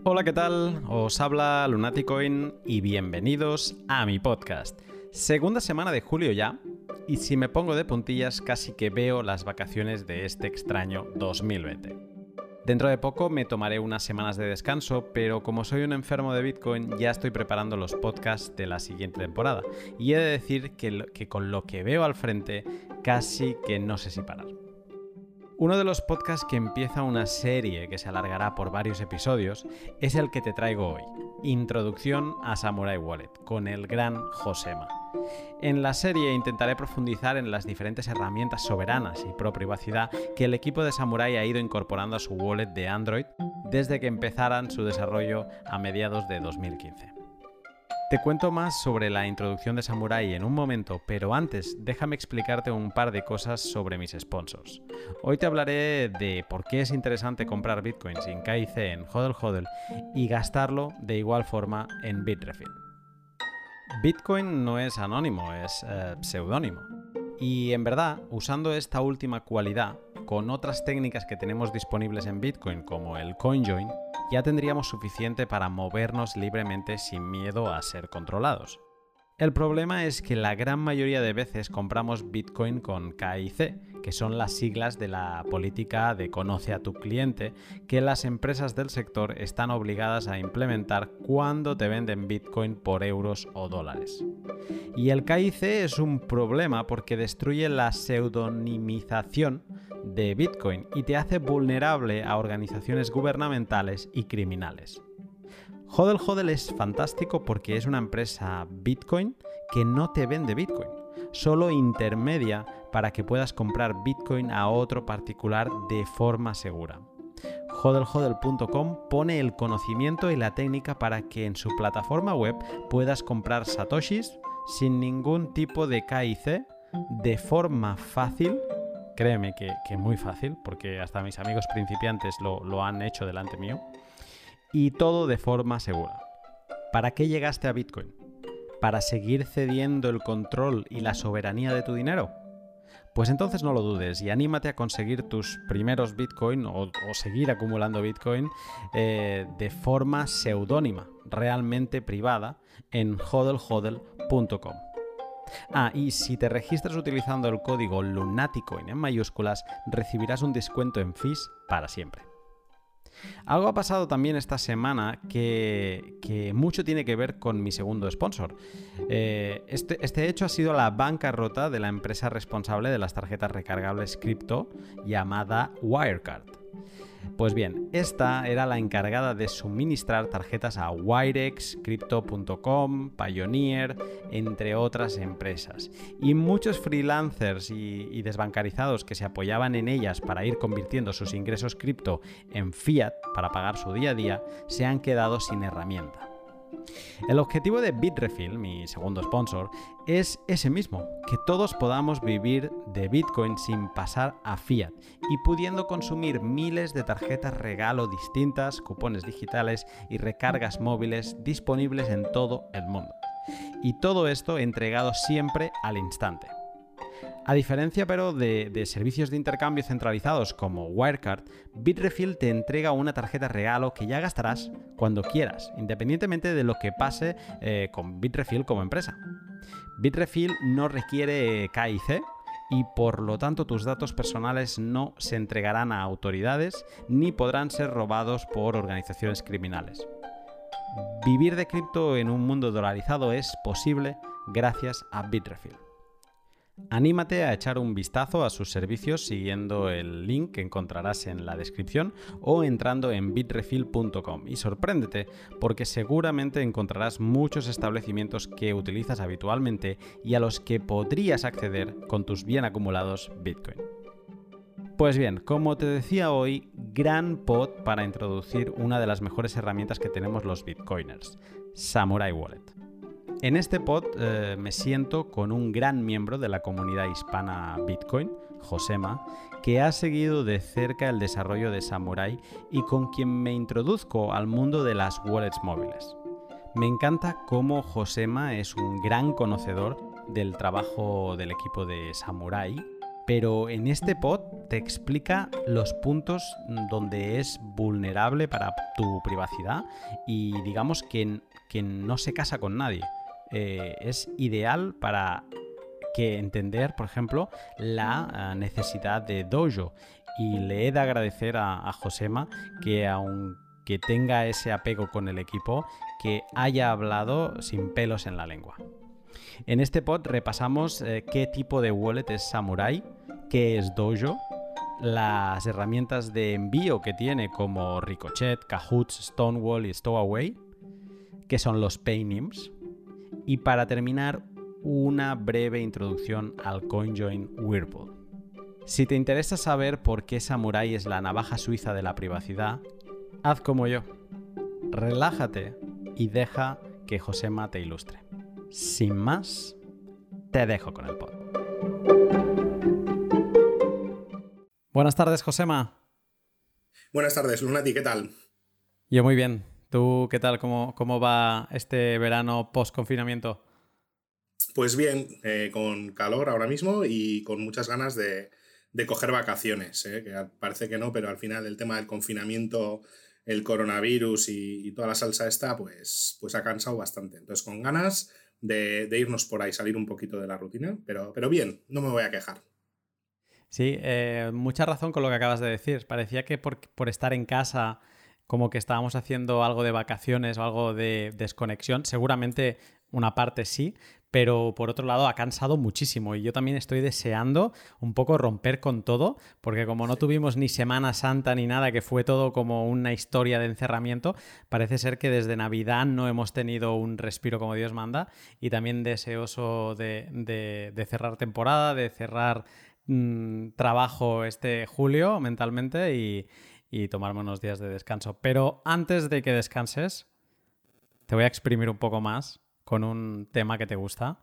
Hola, ¿qué tal? Os habla Lunaticoin y bienvenidos a mi podcast. Segunda semana de julio ya, y si me pongo de puntillas casi que veo las vacaciones de este extraño 2020. Dentro de poco me tomaré unas semanas de descanso, pero como soy un enfermo de Bitcoin ya estoy preparando los podcasts de la siguiente temporada. Y he de decir que con lo que veo al frente casi que no sé si parar. Uno de los podcasts que empieza una serie que se alargará por varios episodios es el que te traigo hoy, Introducción a Samurai Wallet, con el gran Josema. En la serie intentaré profundizar en las diferentes herramientas soberanas y pro privacidad que el equipo de Samurai ha ido incorporando a su wallet de Android desde que empezaran su desarrollo a mediados de 2015. Te cuento más sobre la introducción de Samurai en un momento, pero antes déjame explicarte un par de cosas sobre mis sponsors. Hoy te hablaré de por qué es interesante comprar Bitcoin sin KIC en HODL HODL y gastarlo de igual forma en Bitrefill. Bitcoin no es anónimo, es pseudónimo. Y en verdad, usando esta última cualidad, con otras técnicas que tenemos disponibles en Bitcoin como el CoinJoin, ya tendríamos suficiente para movernos libremente sin miedo a ser controlados. El problema es que la gran mayoría de veces compramos Bitcoin con KIC, que son las siglas de la política de conoce a tu cliente que las empresas del sector están obligadas a implementar cuando te venden Bitcoin por euros o dólares. Y el KIC es un problema porque destruye la pseudonimización de Bitcoin y te hace vulnerable a organizaciones gubernamentales y criminales. HODL HODL es fantástico porque es una empresa Bitcoin que no te vende Bitcoin, solo intermedia para que puedas comprar Bitcoin a otro particular de forma segura. HODLHODL.com pone el conocimiento y la técnica para que en su plataforma web puedas comprar satoshis sin ningún tipo de KIC de forma fácil. Créeme que muy fácil, porque hasta mis amigos principiantes lo han hecho delante mío. Y todo de forma segura. ¿Para qué llegaste a Bitcoin? ¿Para seguir cediendo el control y la soberanía de tu dinero? Pues entonces no lo dudes y anímate a conseguir tus primeros Bitcoin o seguir acumulando Bitcoin de forma seudónima, realmente privada, en hodlhodl.com. Y si te registras utilizando el código Lunaticoin en mayúsculas, recibirás un descuento en fees para siempre. Algo ha pasado también esta semana que mucho tiene que ver con mi segundo sponsor. Este hecho ha sido la bancarrota de la empresa responsable de las tarjetas recargables cripto llamada Wirecard. Pues bien, esta era la encargada de suministrar tarjetas a Wirex, Crypto.com, Pioneer, entre otras empresas. Y muchos freelancers y desbancarizados que se apoyaban en ellas para ir convirtiendo sus ingresos cripto en fiat para pagar su día a día, se han quedado sin herramienta. El objetivo de Bitrefill, mi segundo sponsor, es ese mismo, que todos podamos vivir de Bitcoin sin pasar a fiat y pudiendo consumir miles de tarjetas regalo distintas, cupones digitales y recargas móviles disponibles en todo el mundo. Y todo esto entregado siempre al instante. A diferencia pero de servicios de intercambio centralizados como Wirecard, Bitrefill te entrega una tarjeta regalo que ya gastarás cuando quieras, independientemente de lo que pase con Bitrefill como empresa. Bitrefill no requiere KIC y por lo tanto tus datos personales no se entregarán a autoridades ni podrán ser robados por organizaciones criminales. Vivir de cripto en un mundo dolarizado es posible gracias a Bitrefill. Anímate a echar un vistazo a sus servicios siguiendo el link que encontrarás en la descripción o entrando en bitrefill.com y sorpréndete porque seguramente encontrarás muchos establecimientos que utilizas habitualmente y a los que podrías acceder con tus bien acumulados Bitcoin. Pues bien, como te decía hoy, gran pod para introducir una de las mejores herramientas que tenemos los Bitcoiners, Samurai Wallet. En este pod me siento con un gran miembro de la comunidad hispana Bitcoin, Josema, que ha seguido de cerca el desarrollo de Samurai y con quien me introduzco al mundo de las wallets móviles. Me encanta cómo Josema es un gran conocedor del trabajo del equipo de Samurai pero en este pod te explica los puntos donde es vulnerable para tu privacidad y digamos que no se casa con nadie. Es ideal para entender, por ejemplo, la necesidad de Dojo. Y le he de agradecer a Josema que aunque tenga ese apego con el equipo, que haya hablado sin pelos en la lengua. En este pod repasamos qué tipo de wallet es Samurai, qué es Dojo, las herramientas de envío que tiene como Ricochet, Kahoots, Stonewall y Stowaway, qué son los Paynims, y para terminar, una breve introducción al CoinJoin Whirlpool. Si te interesa saber por qué Samurai es la navaja suiza de la privacidad, haz como yo. Relájate y deja que Josema te ilustre. Sin más, te dejo con el pod. Buenas tardes, Josema. Buenas tardes, Lunati, ¿qué tal? Yo muy bien. ¿Tú qué tal? ¿Cómo va este verano post-confinamiento? Pues bien, con calor ahora mismo y con muchas ganas de coger vacaciones, que parece que no, pero al final el tema del confinamiento, el coronavirus y toda la salsa esta, pues ha cansado bastante. Entonces, con ganas de irnos por ahí, salir un poquito de la rutina, pero bien, no me voy a quejar. Sí, mucha razón con lo que acabas de decir. Parecía que por estar en casa, como que estábamos haciendo algo de vacaciones o algo de desconexión. Seguramente una parte sí, pero por otro lado ha cansado muchísimo y yo también estoy deseando un poco romper con todo, porque como no tuvimos ni Semana Santa ni nada, que fue todo como una historia de encerramiento, parece ser que desde Navidad no hemos tenido un respiro como Dios manda, y también deseoso de cerrar temporada, de cerrar trabajo este julio mentalmente y tomarme unos días de descanso. Pero antes de que descanses, te voy a exprimir un poco más con un tema que te gusta,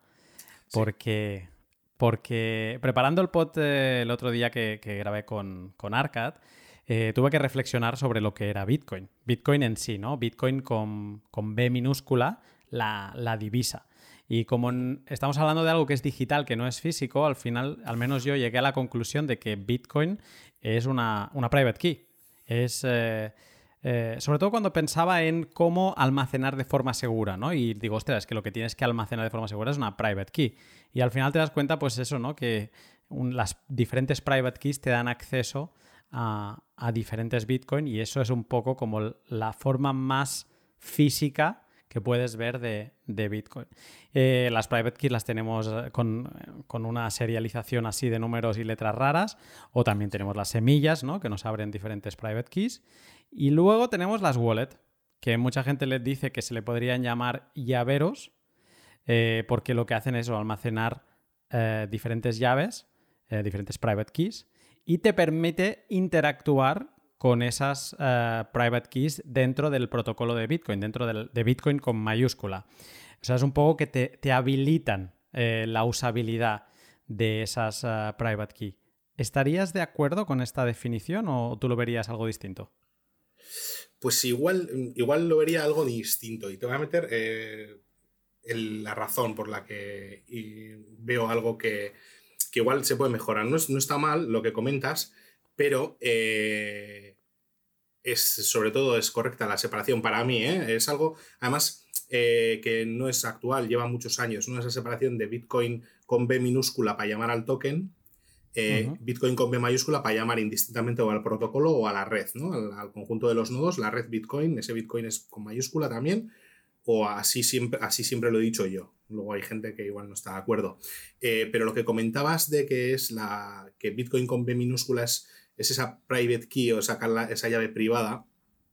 porque preparando el pod el otro día que grabé con Arcad, tuve que reflexionar sobre lo que era Bitcoin. Bitcoin en sí, ¿no? Bitcoin con B minúscula, la divisa. Y como estamos hablando de algo que es digital, que no es físico, al final, al menos yo llegué a la conclusión de que Bitcoin es una private key. Es... sobre todo cuando pensaba en cómo almacenar de forma segura, ¿no? Y digo, ostras, es que lo que tienes que almacenar de forma segura es una private key. Y al final te das cuenta, pues eso, ¿no? Que las diferentes private keys te dan acceso a diferentes Bitcoin, y eso es un poco como la forma más física que puedes ver de Bitcoin. Las private keys las tenemos con una serialización así de números y letras raras, o también tenemos las semillas, ¿no? Que nos abren diferentes private keys. Y luego tenemos las wallets, que mucha gente les dice que se le podrían llamar llaveros, porque lo que hacen es almacenar diferentes llaves, diferentes private keys, y te permite interactuar con esas private keys dentro del protocolo de Bitcoin, dentro de Bitcoin con mayúscula. O sea, es un poco que te habilitan la usabilidad de esas private key. ¿Estarías de acuerdo con esta definición o tú lo verías algo distinto? Pues igual lo vería algo distinto y te voy a meter la razón por la que veo algo que igual se puede mejorar. No está mal lo que comentas, pero sobre todo es correcta la separación para mí, ¿eh? Es algo, además, que no es actual, lleva muchos años, ¿no? Esa separación de Bitcoin con B minúscula para llamar al token, Bitcoin con B mayúscula para llamar indistintamente o al protocolo o a la red, ¿no? Al conjunto de los nodos, la red Bitcoin, ese Bitcoin es con mayúscula también, o así siempre lo he dicho yo. Luego hay gente que igual no está de acuerdo. Pero lo que comentabas de que Bitcoin con B minúscula es esa private key o esa llave privada,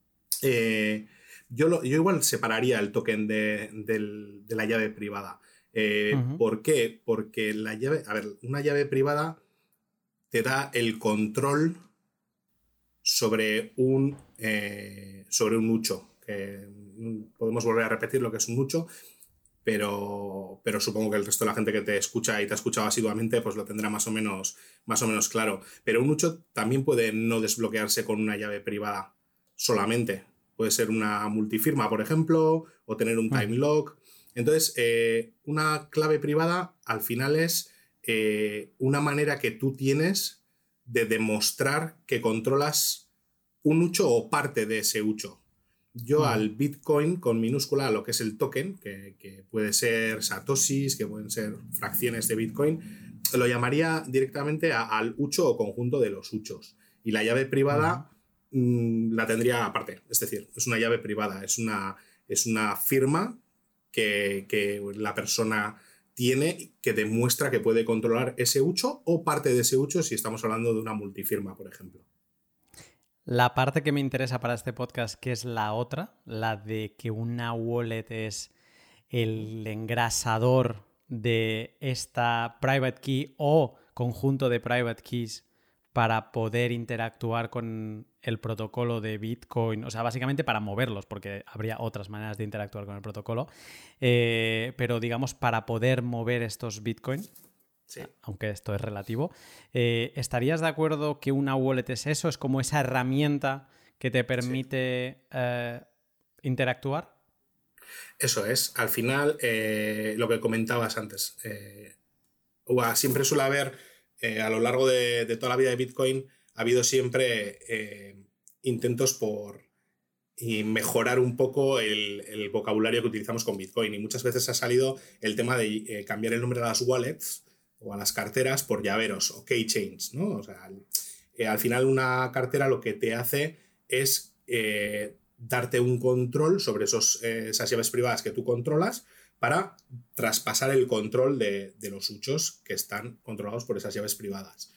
yo igual separaría el token de la llave privada. ¿Por qué? Porque una llave privada te da el control sobre un ucho. Que podemos volver a repetir lo que es un ucho, pero supongo que el resto de la gente que te escucha y te ha escuchado asiduamente pues lo tendrá más o menos claro. Pero un ucho también puede no desbloquearse con una llave privada solamente. Puede ser una multifirma, por ejemplo, o tener un time lock. Entonces, una clave privada al final es una manera que tú tienes de demostrar que controlas un ucho o parte de ese ucho. Yo al Bitcoin con minúscula, lo que es el token, que puede ser satoshis, que pueden ser fracciones de Bitcoin, lo llamaría directamente al ucho o conjunto de los uchos. Y la llave privada la tendría aparte. Es decir, es una llave privada, es una firma que la persona tiene que demuestra que puede controlar ese ucho o parte de ese ucho si estamos hablando de una multifirma, por ejemplo. La parte que me interesa para este podcast, que es la otra, la de que una wallet es el engrasador de esta private key o conjunto de private keys para poder interactuar con el protocolo de Bitcoin, o sea, básicamente para moverlos, porque habría otras maneras de interactuar con el protocolo, pero digamos para poder mover estos Bitcoin. Sí. Aunque esto es relativo, ¿estarías de acuerdo que una wallet es eso? ¿Es como esa herramienta que te permite interactuar? Eso es. Al final, lo que comentabas antes, siempre suele haber, a lo largo de toda la vida de Bitcoin, ha habido siempre intentos por mejorar un poco el vocabulario que utilizamos con Bitcoin. Y muchas veces ha salido el tema de cambiar el nombre de las wallets o a las carteras por llaveros o keychains, ¿no? O sea, al final una cartera lo que te hace es darte un control sobre esas llaves privadas que tú controlas para traspasar el control de los uchos que están controlados por esas llaves privadas.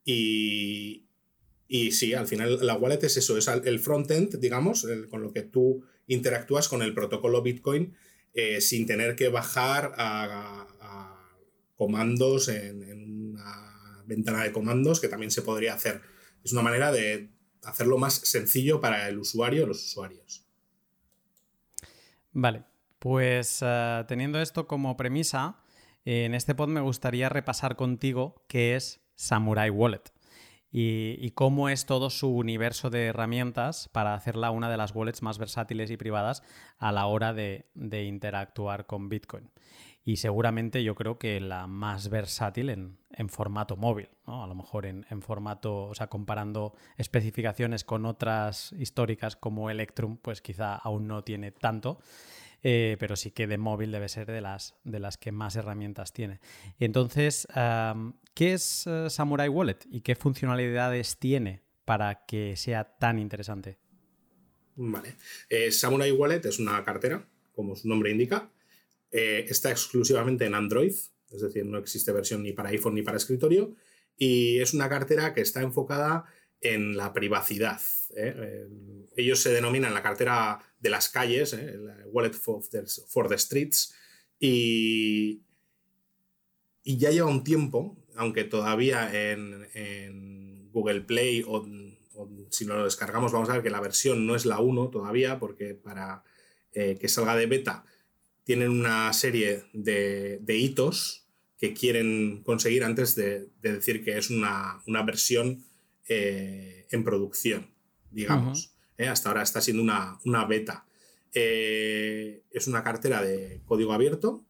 Y sí, al final la wallet es eso, es el frontend, digamos, con lo que tú interactúas con el protocolo Bitcoin sin tener que bajar a comandos en una ventana de comandos, que también se podría hacer. Es una manera de hacerlo más sencillo para el usuario o los usuarios. Vale, pues teniendo esto como premisa, en este pod me gustaría repasar contigo qué es Samurai Wallet y cómo es todo su universo de herramientas para hacerla una de las wallets más versátiles y privadas a la hora de interactuar con Bitcoin. Y seguramente yo creo que la más versátil en formato móvil, ¿no? A lo mejor en formato, o sea, comparando especificaciones con otras históricas como Electrum, pues quizá aún no tiene tanto, pero sí que de móvil debe ser de las que más herramientas tiene. Entonces, ¿qué es Samurai Wallet y qué funcionalidades tiene para que sea tan interesante? Vale. Samurai Wallet es una cartera, como su nombre indica. Está exclusivamente en Android, es decir, no existe versión ni para iPhone ni para escritorio, y es una cartera que está enfocada en la privacidad. Ellos se denominan la cartera de las calles, la Wallet for the Streets, y ya lleva un tiempo, aunque todavía en Google Play o si lo descargamos vamos a ver que la versión no es la 1 todavía, porque para que salga de beta tienen una serie de hitos que quieren conseguir antes de decir que es una versión en producción, digamos. Hasta ahora está siendo una beta. Es una cartera de código abierto.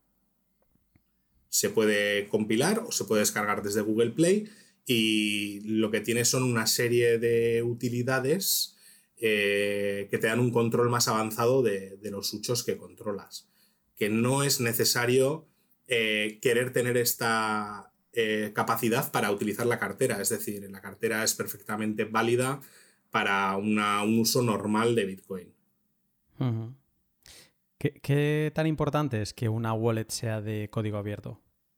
Se puede compilar o se puede descargar desde Google Play y lo que tiene son una serie de utilidades que te dan un control más avanzado de los uchos que controlas. Que no es necesario querer tener esta capacidad para utilizar la cartera. Es decir, la cartera es perfectamente válida para un uso normal de Bitcoin. Uh-huh. ¿Qué tan importante es que una wallet sea de código abierto?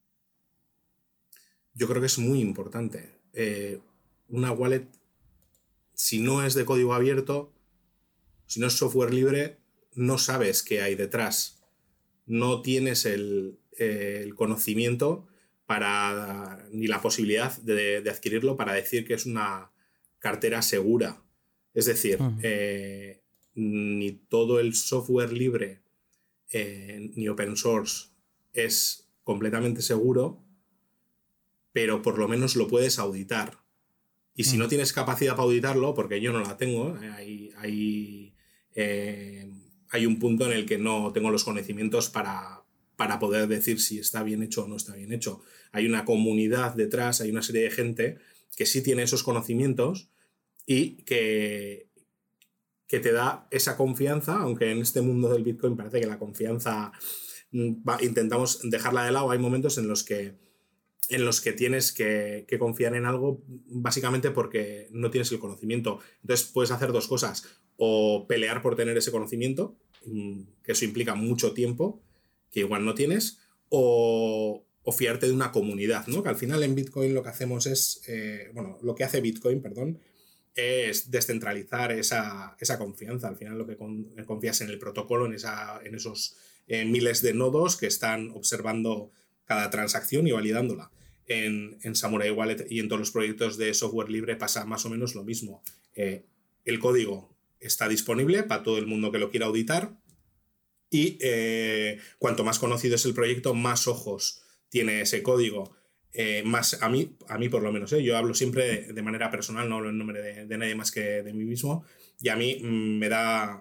Yo creo que es muy importante. Una wallet, si no es de código abierto, si no es software libre, no sabes qué hay detrás. No tienes el conocimiento ni la posibilidad de adquirirlo para decir que es una cartera segura. Es decir, ni todo el software libre ni open source es completamente seguro, pero por lo menos lo puedes auditar. Y si no tienes capacidad para auditarlo, porque yo no la tengo, hay un punto en el que no tengo los conocimientos para para poder decir si está bien hecho o no está bien hecho. Hay una comunidad detrás, hay una serie de gente que sí tiene esos conocimientos y que te da esa confianza, aunque en este mundo del Bitcoin parece que la confianza intentamos dejarla de lado. Hay momentos en los que tienes que confiar en algo básicamente porque no tienes el conocimiento. Entonces puedes hacer dos cosas: o pelear por tener ese conocimiento, que eso implica mucho tiempo, que igual no tienes, o fiarte de una comunidad, ¿no? Que al final en Bitcoin lo que hacemos es, lo que hace Bitcoin, perdón, es descentralizar esa confianza. Al final lo que confías en el protocolo, en esos miles de nodos que están observando cada transacción y validándola. En Samurai Wallet y en todos los proyectos de software libre pasa más o menos lo mismo. El código está disponible para todo el mundo que lo quiera auditar y cuanto más conocido es el proyecto, más ojos tiene ese código. Más a mí por lo menos, yo hablo siempre de manera personal, no hablo en nombre de nadie más que de mí mismo, y a mí me da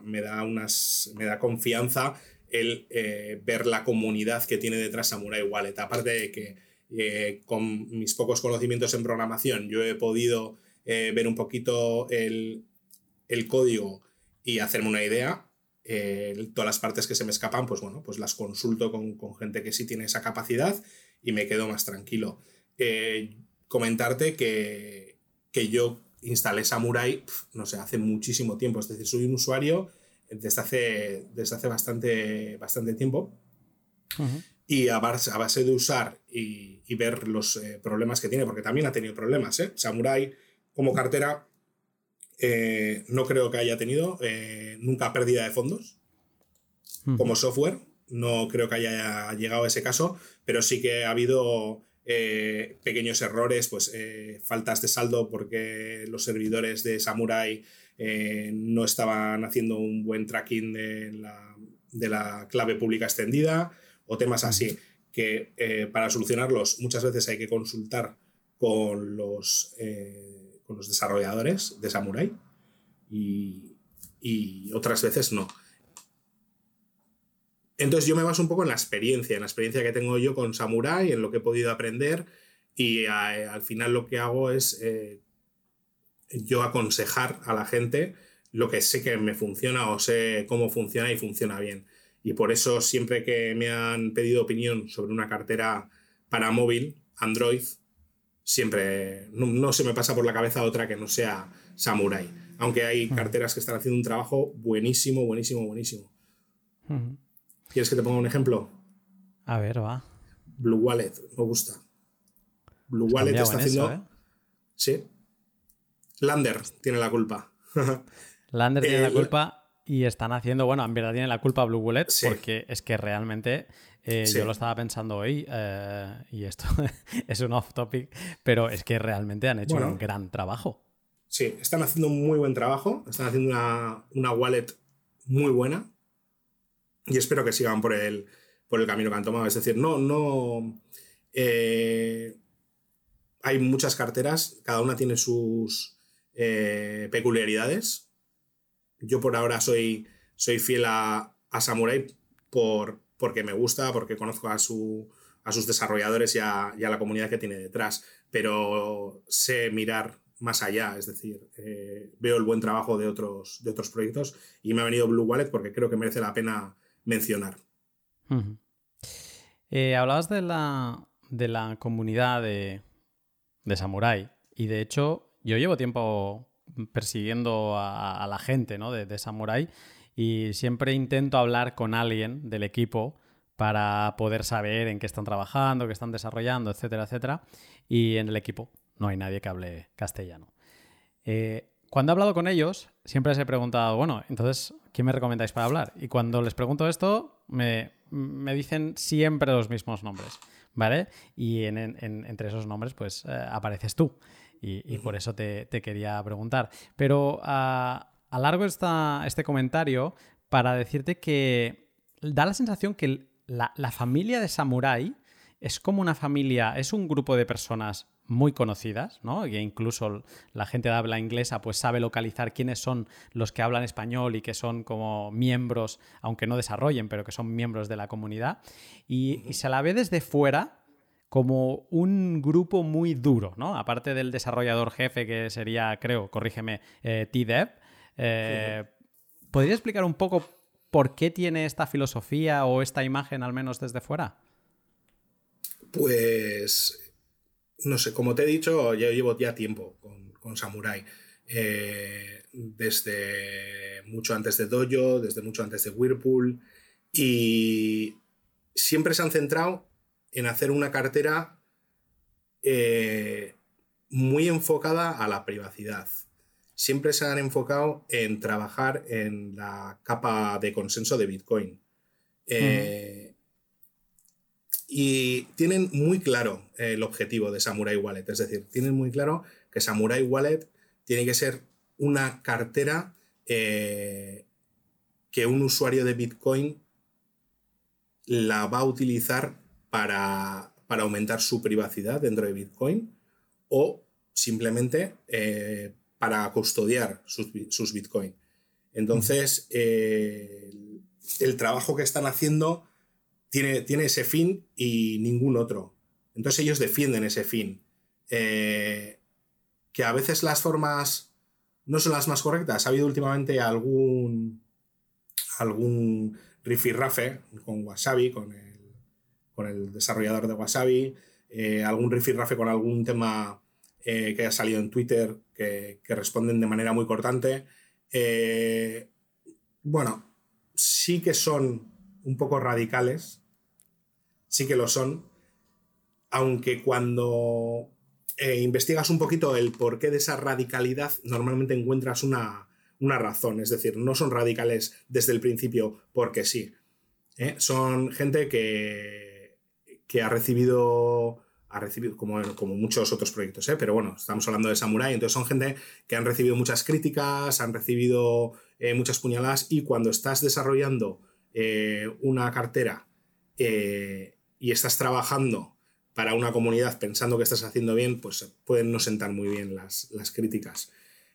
confianza el ver la comunidad que tiene detrás Samurai Wallet. Aparte de que con mis pocos conocimientos en programación yo he podido ver un poquito el código y hacerme una idea. Todas las partes que se me escapan, pues bueno, pues las consulto con gente que sí tiene esa capacidad y me quedo más tranquilo. Comentarte que yo instalé Samurai, no sé, hace muchísimo tiempo. Es decir, soy un usuario desde hace bastante tiempo. Uh-huh. Y a base de usar y ver los problemas que tiene, porque también ha tenido problemas, Samurai como cartera no creo que haya tenido nunca pérdida de fondos. Uh-huh. Como software no creo que haya llegado a ese caso, pero sí que ha habido pequeños errores, pues faltas de saldo porque los servidores de Samurai no estaban haciendo un buen tracking de la clave pública extendida, o temas así que para solucionarlos muchas veces hay que consultar con los desarrolladores de Samurai y otras veces no. Entonces yo me baso un poco en la experiencia que tengo yo con Samurai, en lo que he podido aprender, y al final lo que hago es yo aconsejar a la gente lo que sé que me funciona o sé cómo funciona y funciona bien. Y por eso siempre que me han pedido opinión sobre una cartera para móvil, Android, siempre no se me pasa por la cabeza otra que no sea Samurai. Aunque hay carteras que están haciendo un trabajo buenísimo, buenísimo, buenísimo. Uh-huh. ¿Quieres que te ponga un ejemplo? A ver, va. Blue Wallet, me gusta. Blue Wallet está haciendo... Eso, ¿eh? Sí. Lander tiene la culpa. Lander tiene la culpa y están haciendo... Bueno, en verdad tiene la culpa Blue Wallet, sí. Porque es que realmente... Sí. Yo lo estaba pensando hoy y esto es un off topic, pero es que realmente han hecho un gran trabajo. Sí, están haciendo un muy buen trabajo. Están haciendo una wallet muy buena. Y espero que sigan por el camino que han tomado. Es decir, hay muchas carteras, cada una tiene sus peculiaridades. Yo por ahora soy fiel a Samurai porque me gusta, porque conozco a sus desarrolladores y a la comunidad que tiene detrás. Pero sé mirar más allá, es decir, veo el buen trabajo de otros proyectos y me ha venido Blue Wallet porque creo que merece la pena mencionar. Uh-huh. Hablabas de la comunidad de Samurai y de hecho yo llevo tiempo persiguiendo a la gente, ¿no? de Samurai, y siempre intento hablar con alguien del equipo para poder saber en qué están trabajando, qué están desarrollando, etcétera, etcétera, y en el equipo no hay nadie que hable castellano. Cuando he hablado con ellos, siempre les he preguntado, bueno, entonces, ¿quién me recomendáis para hablar? Y cuando les pregunto esto, me dicen siempre los mismos nombres, ¿vale? Y entre esos nombres, pues, apareces tú. Y por eso te quería preguntar. Pero alargo este comentario para decirte que da la sensación que la familia de Samurai es como una familia, es un grupo de personas muy conocidas, ¿no? Que incluso la gente de habla inglesa pues sabe localizar quiénes son los que hablan español y que son como miembros, aunque no desarrollen, pero que son miembros de la comunidad. Y se la ve desde fuera como un grupo muy duro, ¿no? Aparte del desarrollador jefe, que sería, creo, corrígeme, T-Dev. ¿Podría explicar un poco por qué tiene esta filosofía o esta imagen, al menos desde fuera? Pues, no sé, como te he dicho, yo llevo ya tiempo con Samurai. Desde mucho antes de Dojo, desde mucho antes de Whirlpool. Y siempre se han centrado en hacer una cartera muy enfocada a la privacidad. Siempre se han enfocado en trabajar en la capa de consenso de Bitcoin. Y tienen muy claro el objetivo de Samurai Wallet. Es decir, tienen muy claro que Samurai Wallet tiene que ser una cartera que un usuario de Bitcoin la va a utilizar para aumentar su privacidad dentro de Bitcoin o simplemente para custodiar sus Bitcoin. Entonces, el trabajo que están haciendo tiene ese fin y ningún otro. Entonces ellos defienden ese fin. Que a veces las formas no son las más correctas. Ha habido últimamente algún rifirrafe con Wasabi, con el desarrollador de Wasabi, algún rifirrafe con algún tema que haya salido en Twitter que responden de manera muy cortante. Bueno, sí que son un poco radicales, sí que lo son, aunque cuando investigas un poquito el porqué de esa radicalidad, normalmente encuentras una razón. Es decir, no son radicales desde el principio porque sí. Son gente que ha recibido como muchos otros proyectos, pero bueno, estamos hablando de Samurai, entonces son gente que han recibido muchas críticas, han recibido muchas puñaladas, y cuando estás desarrollando una cartera y estás trabajando para una comunidad pensando que estás haciendo bien, pues pueden no sentar muy bien las críticas.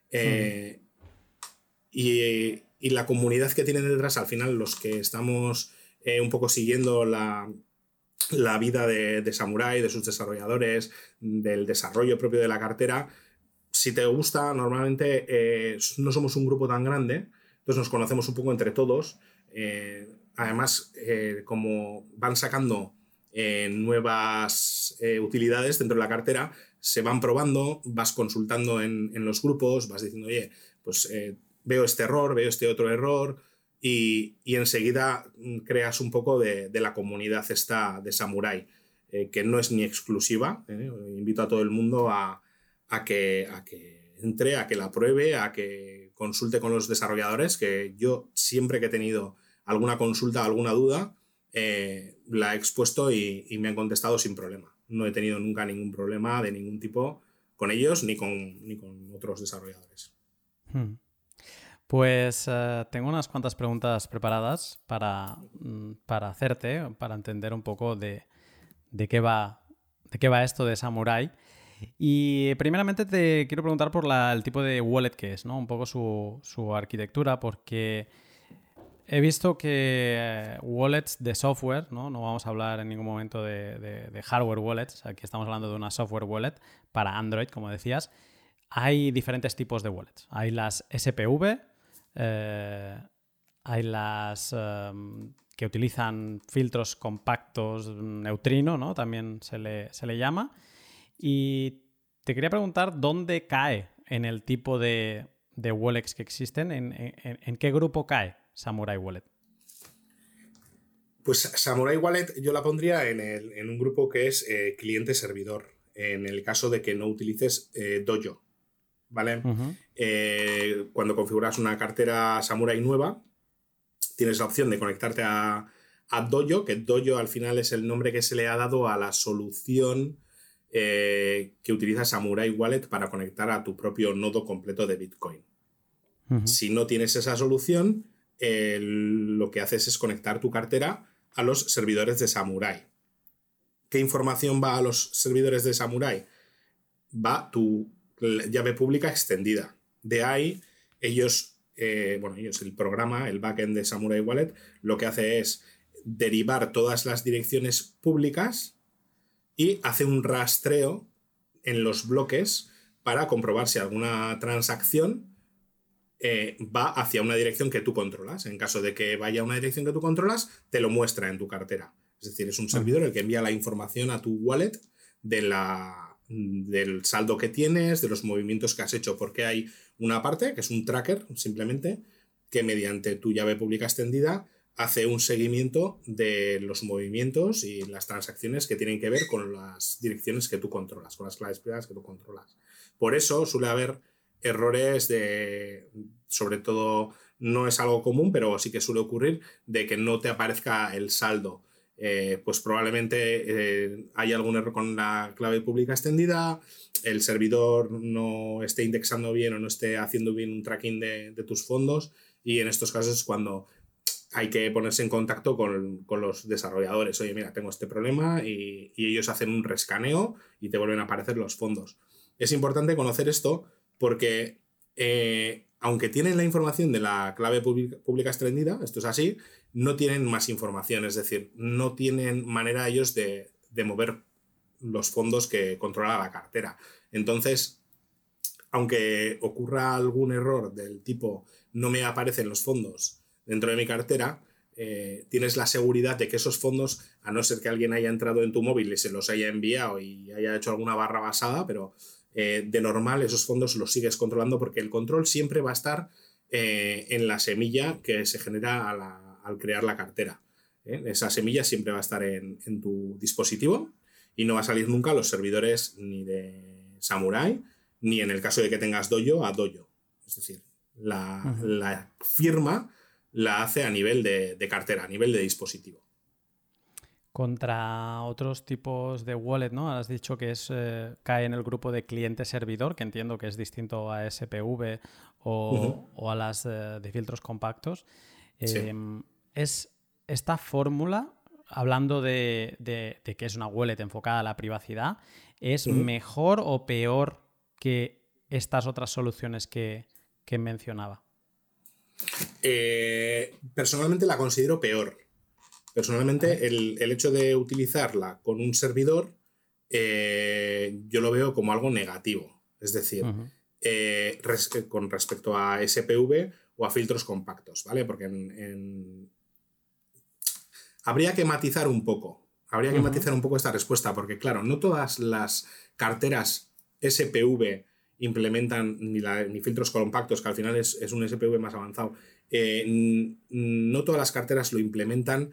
Y la comunidad que tienen detrás, al final, los que estamos un poco siguiendo la vida de Samurai, de sus desarrolladores, del desarrollo propio de la cartera, si te gusta, normalmente no somos un grupo tan grande, entonces nos conocemos un poco entre todos. Además, como van sacando nuevas utilidades dentro de la cartera, se van probando, vas consultando en los grupos, vas diciendo, oye, pues veo este error, veo este otro error, y enseguida creas un poco de la comunidad esta de Samurai, que no es ni exclusiva. Invito a todo el mundo a que entre, a que la pruebe, a que consulte con los desarrolladores, que yo siempre que he tenido alguna consulta, alguna duda, la he expuesto y me han contestado sin problema. No he tenido nunca ningún problema de ningún tipo con ellos ni con otros desarrolladores. Pues tengo unas cuantas preguntas preparadas para hacerte, para entender un poco de qué va esto de Samurai. Y primeramente te quiero preguntar por el tipo de wallet que es, ¿no? Un poco su arquitectura, porque he visto que wallets de software, ¿no? No vamos a hablar en ningún momento de hardware wallets, aquí estamos hablando de una software wallet para Android, como decías. Hay diferentes tipos de wallets. Hay las SPV, hay las que utilizan filtros compactos neutrino, ¿no? También se le llama. Y te quería preguntar dónde cae en el tipo de wallets que existen, en qué grupo cae Samurai Wallet. Pues Samurai Wallet yo la pondría en un grupo que es cliente-servidor, en el caso de que no utilices Dojo, ¿vale? Cuando configuras una cartera Samurai nueva, tienes la opción de conectarte a Dojo, que Dojo al final es el nombre que se le ha dado a la solución que utiliza Samurai Wallet para conectar a tu propio nodo completo de Bitcoin. Si no tienes esa solución, lo que haces es conectar tu cartera a los servidores de Samurai. ¿Qué información va a los servidores de Samurai? va tu llave pública extendida. De ahí, ellos, el programa, el backend de Samurai Wallet, lo que hace es derivar todas las direcciones públicas y hace un rastreo en los bloques para comprobar si alguna transacción va hacia una dirección que tú controlas. En caso de que vaya a una dirección que tú controlas, te lo muestra en tu cartera. Es decir, es un servidor el que envía la información a tu wallet del saldo que tienes, de los movimientos que has hecho, porque hay una parte, que es un tracker, simplemente, que mediante tu llave pública extendida hace un seguimiento de los movimientos y las transacciones que tienen que ver con las direcciones que tú controlas, con las claves privadas que tú controlas. Por eso suele haber errores sobre todo, no es algo común, pero sí que suele ocurrir, de que no te aparezca el saldo. Pues probablemente hay algún error con la clave pública extendida, el servidor no esté indexando bien o no esté haciendo bien un tracking de tus fondos, y en estos casos es cuando hay que ponerse en contacto con los desarrolladores. Oye, mira, tengo este problema, y ellos hacen un rescaneo y te vuelven a aparecer los fondos. Es importante conocer esto porque aunque tienen la información de la clave pública extendida, esto es así, no tienen más información, es decir, no tienen manera ellos de mover los fondos que controla la cartera. Entonces, aunque ocurra algún error del tipo no me aparecen los fondos dentro de mi cartera, tienes la seguridad de que esos fondos, a no ser que alguien haya entrado en tu móvil y se los haya enviado y haya hecho alguna barra basada, pero de normal esos fondos los sigues controlando, porque el control siempre va a estar en la semilla que se genera al crear la cartera. Esa semilla siempre va a estar en tu dispositivo y no va a salir nunca a los servidores ni de Samurai, ni en el caso de que tengas Dojo, a Dojo. Es decir, la firma la hace a nivel de cartera, a nivel de dispositivo. Contra otros tipos de wallet, ¿no? Has dicho que cae en el grupo de cliente-servidor, que entiendo que es distinto a SPV o a las de filtros compactos. Sí. ¿Es esta fórmula, hablando de que es una wallet enfocada a la privacidad, es mejor o peor que estas otras soluciones que mencionaba? Personalmente la considero peor. Personalmente, el hecho de utilizarla con un servidor, yo lo veo como algo negativo. Es decir, con respecto a SPV o a filtros compactos, ¿vale? Porque habría que matizar un poco. Habría que matizar un poco esta respuesta, porque claro, no todas las carteras SPV implementan ni filtros compactos, que al final es un SPV más avanzado. No todas las carteras lo implementan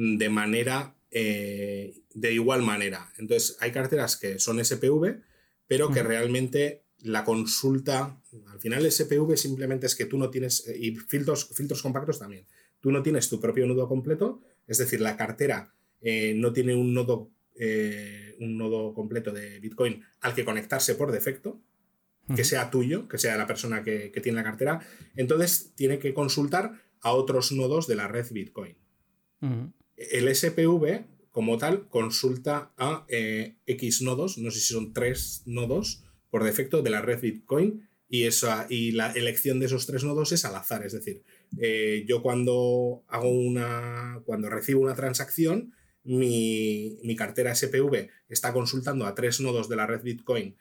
de igual manera. Entonces, hay carteras que son SPV, pero que realmente la consulta, al final SPV simplemente es que tú no tienes, y filtros compactos también, tú no tienes tu propio nodo completo, es decir, la cartera no tiene un nodo completo de Bitcoin al que conectarse por defecto, que sea tuyo, que sea la persona que tiene la cartera. Entonces tiene que consultar a otros nodos de la red Bitcoin. El SPV, como tal, consulta a X nodos, no sé si son 3 nodos por defecto de la red Bitcoin, y la elección de esos 3 nodos es al azar. Es decir, yo cuando recibo una transacción, mi cartera SPV está consultando a 3 nodos de la red Bitcoin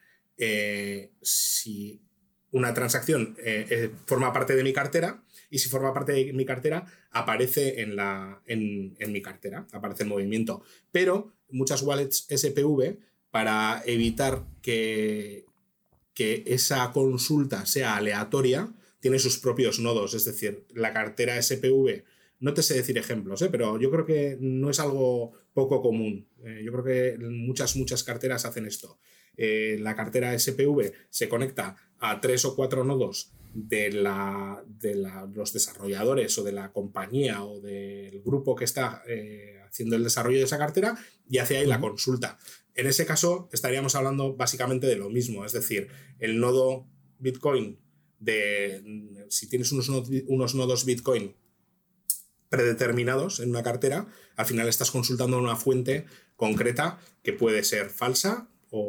si una transacción forma parte de mi cartera, y si forma parte de mi cartera aparece en mi cartera, aparece en movimiento. Pero muchas wallets SPV, para evitar que esa consulta sea aleatoria, tiene sus propios nodos. Es decir, la cartera SPV, no te sé decir ejemplos, pero yo creo que no es algo poco común. Yo creo que muchas carteras hacen esto. La cartera SPV se conecta a 3 o 4 nodos de los desarrolladores o de la compañía o del grupo que está haciendo el desarrollo de esa cartera, y hace ahí la consulta. En ese caso estaríamos hablando básicamente de lo mismo, es decir, el nodo Bitcoin, si tienes unos nodos Bitcoin predeterminados en una cartera, al final estás consultando una fuente concreta que puede ser falsa o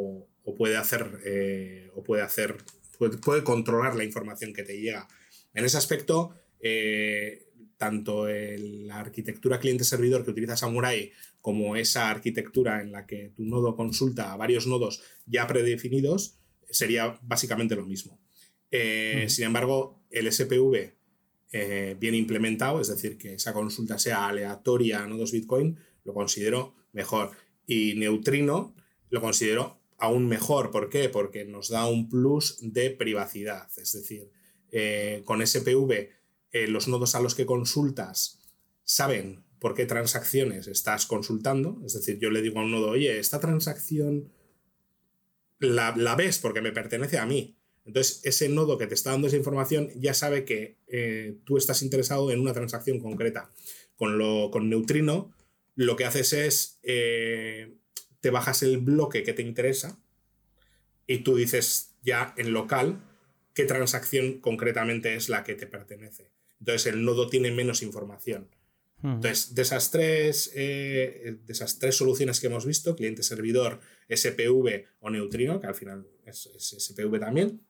puede controlar la información que te llega. En ese aspecto, tanto la arquitectura cliente-servidor que utiliza Samurai como esa arquitectura en la que tu nodo consulta a varios nodos ya predefinidos sería básicamente lo mismo. Sin embargo, el SPV bien implementado, es decir, que esa consulta sea aleatoria a nodos Bitcoin, lo considero mejor. Y Neutrino lo considero aún mejor. ¿Por qué? Porque nos da un plus de privacidad. Es decir, con SPV los nodos a los que consultas saben por qué transacciones estás consultando. Es decir, yo le digo a un nodo, oye, esta transacción la ves porque me pertenece a mí. Entonces, ese nodo que te está dando esa información ya sabe que tú estás interesado en una transacción concreta. Con Neutrino, lo que haces es te bajas el bloque que te interesa y tú dices ya en local qué transacción concretamente es la que te pertenece. Entonces, el nodo tiene menos información. Entonces, de esas tres soluciones que hemos visto, cliente-servidor, SPV o Neutrino, que al final es SPV también,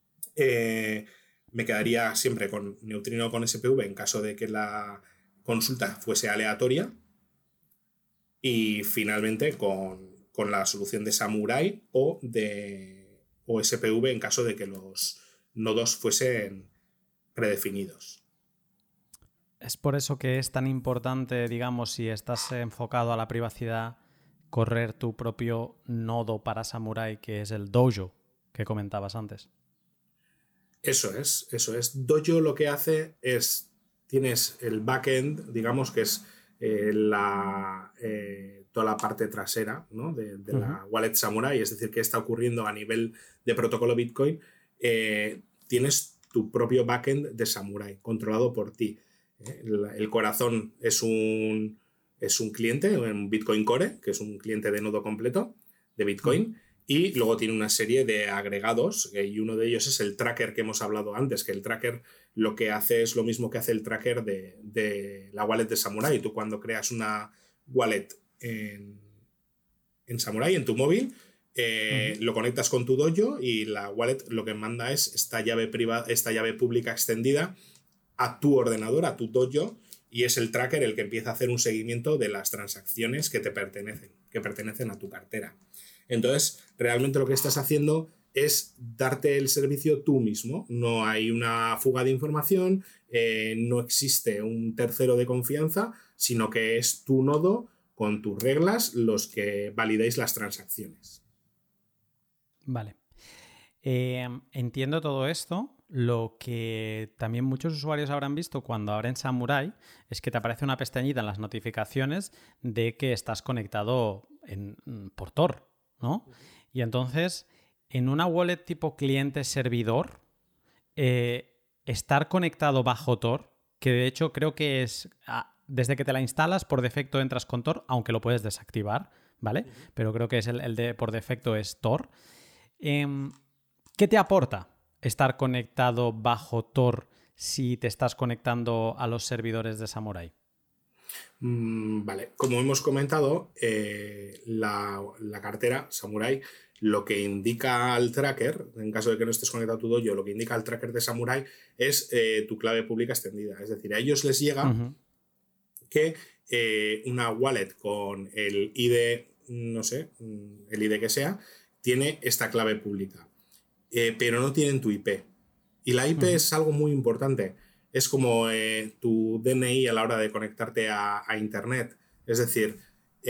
me quedaría siempre con Neutrino o con SPV en caso de que la consulta fuese aleatoria, y finalmente con la solución de Samurai o SPV en caso de que los nodos fuesen predefinidos. Es por eso que es tan importante, digamos, si estás enfocado a la privacidad, correr tu propio nodo para Samurai, que es el Dojo que comentabas antes. Eso es. Dojo lo que hace es, tienes el backend, digamos, que es toda la parte trasera, ¿no? de la wallet Samurai, es decir, qué está ocurriendo a nivel de protocolo Bitcoin. Tienes tu propio backend de Samurai, controlado por ti. El corazón es un cliente, un Bitcoin Core, que es un cliente de nodo completo de Bitcoin, y luego tiene una serie de agregados, y uno de ellos es el tracker que hemos hablado antes, que el tracker lo que hace es lo mismo que hace el tracker de la wallet de Samurai. Tú cuando creas una wallet en Samurai, en tu móvil, lo conectas con tu Dojo y la wallet lo que manda es esta llave pública extendida a tu ordenador, a tu Dojo, y es el tracker el que empieza a hacer un seguimiento de las transacciones que te pertenecen a tu cartera. Entonces, realmente lo que estás haciendo es darte el servicio tú mismo. No hay una fuga de información, no existe un tercero de confianza, sino que es tu nodo con tus reglas los que validéis las transacciones. Vale. Entiendo todo esto. Lo que también muchos usuarios habrán visto cuando abren Samurai es que te aparece una pestañita en las notificaciones de que estás conectado por Tor, ¿no? Y entonces, en una wallet tipo cliente-servidor, estar conectado bajo Tor, que de hecho creo que es desde que te la instalas por defecto entras con Tor, aunque lo puedes desactivar, ¿vale? Pero creo que es el de por defecto es Tor. ¿Qué te aporta estar conectado bajo Tor si te estás conectando a los servidores de Samurai? Vale, como hemos comentado, la cartera Samurai lo que indica al tracker, en caso de que no estés conectado a tu Dojo, lo que indica al tracker de Samurai es tu clave pública extendida. Es decir, a ellos les llega que una wallet con el ID, no sé, el ID que sea, tiene esta clave pública, pero no tienen tu IP. Y la IP es algo muy importante. Es como tu DNI a la hora de conectarte a Internet. Es decir,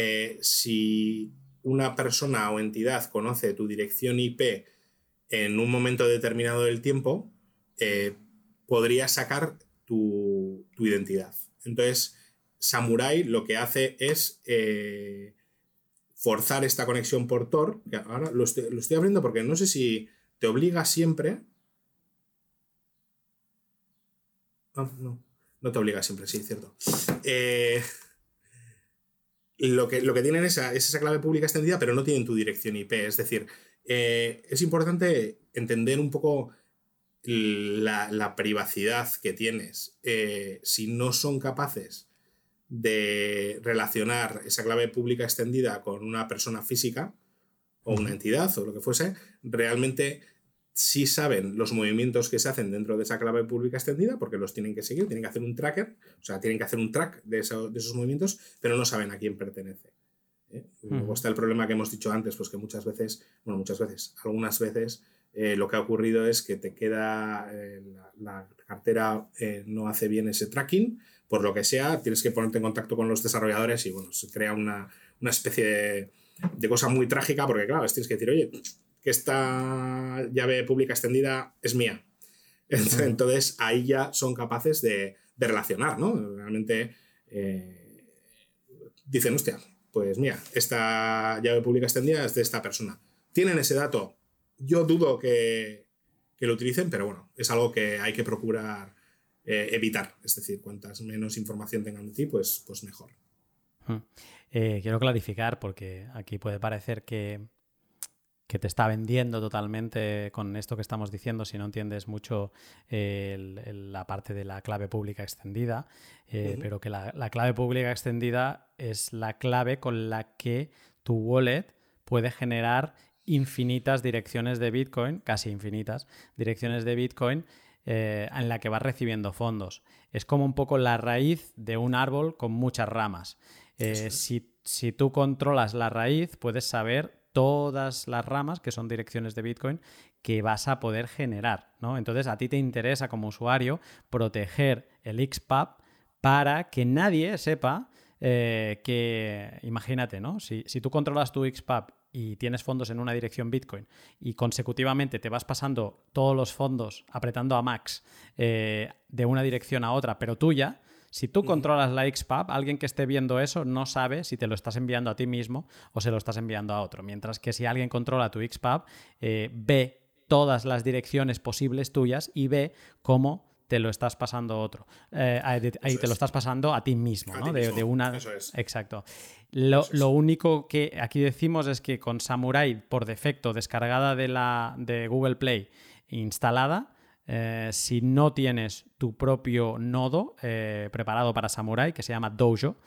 si una persona o entidad conoce tu dirección IP en un momento determinado del tiempo, podría sacar tu identidad. Entonces, Samurai lo que hace es forzar esta conexión por Tor, que ahora lo estoy abriendo porque no sé si te obliga siempre. No te obliga siempre, sí, cierto. Lo que tienen es esa clave pública extendida, pero no tienen tu dirección IP. Es decir, es importante entender un poco la privacidad que tienes. Si no son capaces de relacionar esa clave pública extendida con una persona física o una entidad o lo que fuese, realmente sí saben los movimientos que se hacen dentro de esa clave pública extendida, porque los tienen que seguir, tienen que hacer un tracker, o sea, tienen que hacer un track de esos movimientos, pero no saben a quién pertenece. Luego está el problema que hemos dicho antes, pues que algunas veces lo que ha ocurrido es que te queda la cartera no hace bien ese tracking, por lo que sea, tienes que ponerte en contacto con los desarrolladores y bueno, se crea una especie de cosa muy trágica, porque claro, tienes que decir, oye, que esta llave pública extendida es mía. Entonces ahí ya son capaces de relacionar, ¿no? Realmente dicen, hostia, pues mira, esta llave pública extendida es de esta persona. ¿Tienen ese dato? Yo dudo que lo utilicen, pero bueno, es algo que hay que procurar evitar. Es decir, cuantas menos información tengan de ti, pues mejor. Quiero clarificar, porque aquí puede parecer que te está vendiendo totalmente con esto que estamos diciendo si no entiendes mucho la parte de la clave pública extendida, pero que la clave pública extendida es la clave con la que tu wallet puede generar infinitas direcciones de Bitcoin, casi infinitas direcciones de Bitcoin, en la que vas recibiendo fondos. Es como un poco la raíz de un árbol con muchas ramas. Si tú controlas la raíz, puedes saber todas las ramas, que son direcciones de Bitcoin, que vas a poder generar, ¿no? Entonces, a ti te interesa como usuario proteger el XPub para que nadie sepa que, imagínate, ¿no? Si tú controlas tu XPub y tienes fondos en una dirección Bitcoin y consecutivamente te vas pasando todos los fondos apretando a max de una dirección a otra, pero tuya, si tú controlas la XPub, alguien que esté viendo eso no sabe si te lo estás enviando a ti mismo o se lo estás enviando a otro. Mientras que si alguien controla tu XPub, ve todas las direcciones posibles tuyas y ve cómo te lo estás pasando a otro. Te lo estás pasando a ti mismo, ¿no? De una... Eso es. Exacto. Lo único que aquí decimos es que con Samurai, por defecto, descargada de Google Play, instalada, si no tienes tu propio nodo preparado para Samurai, que se llama Dojo,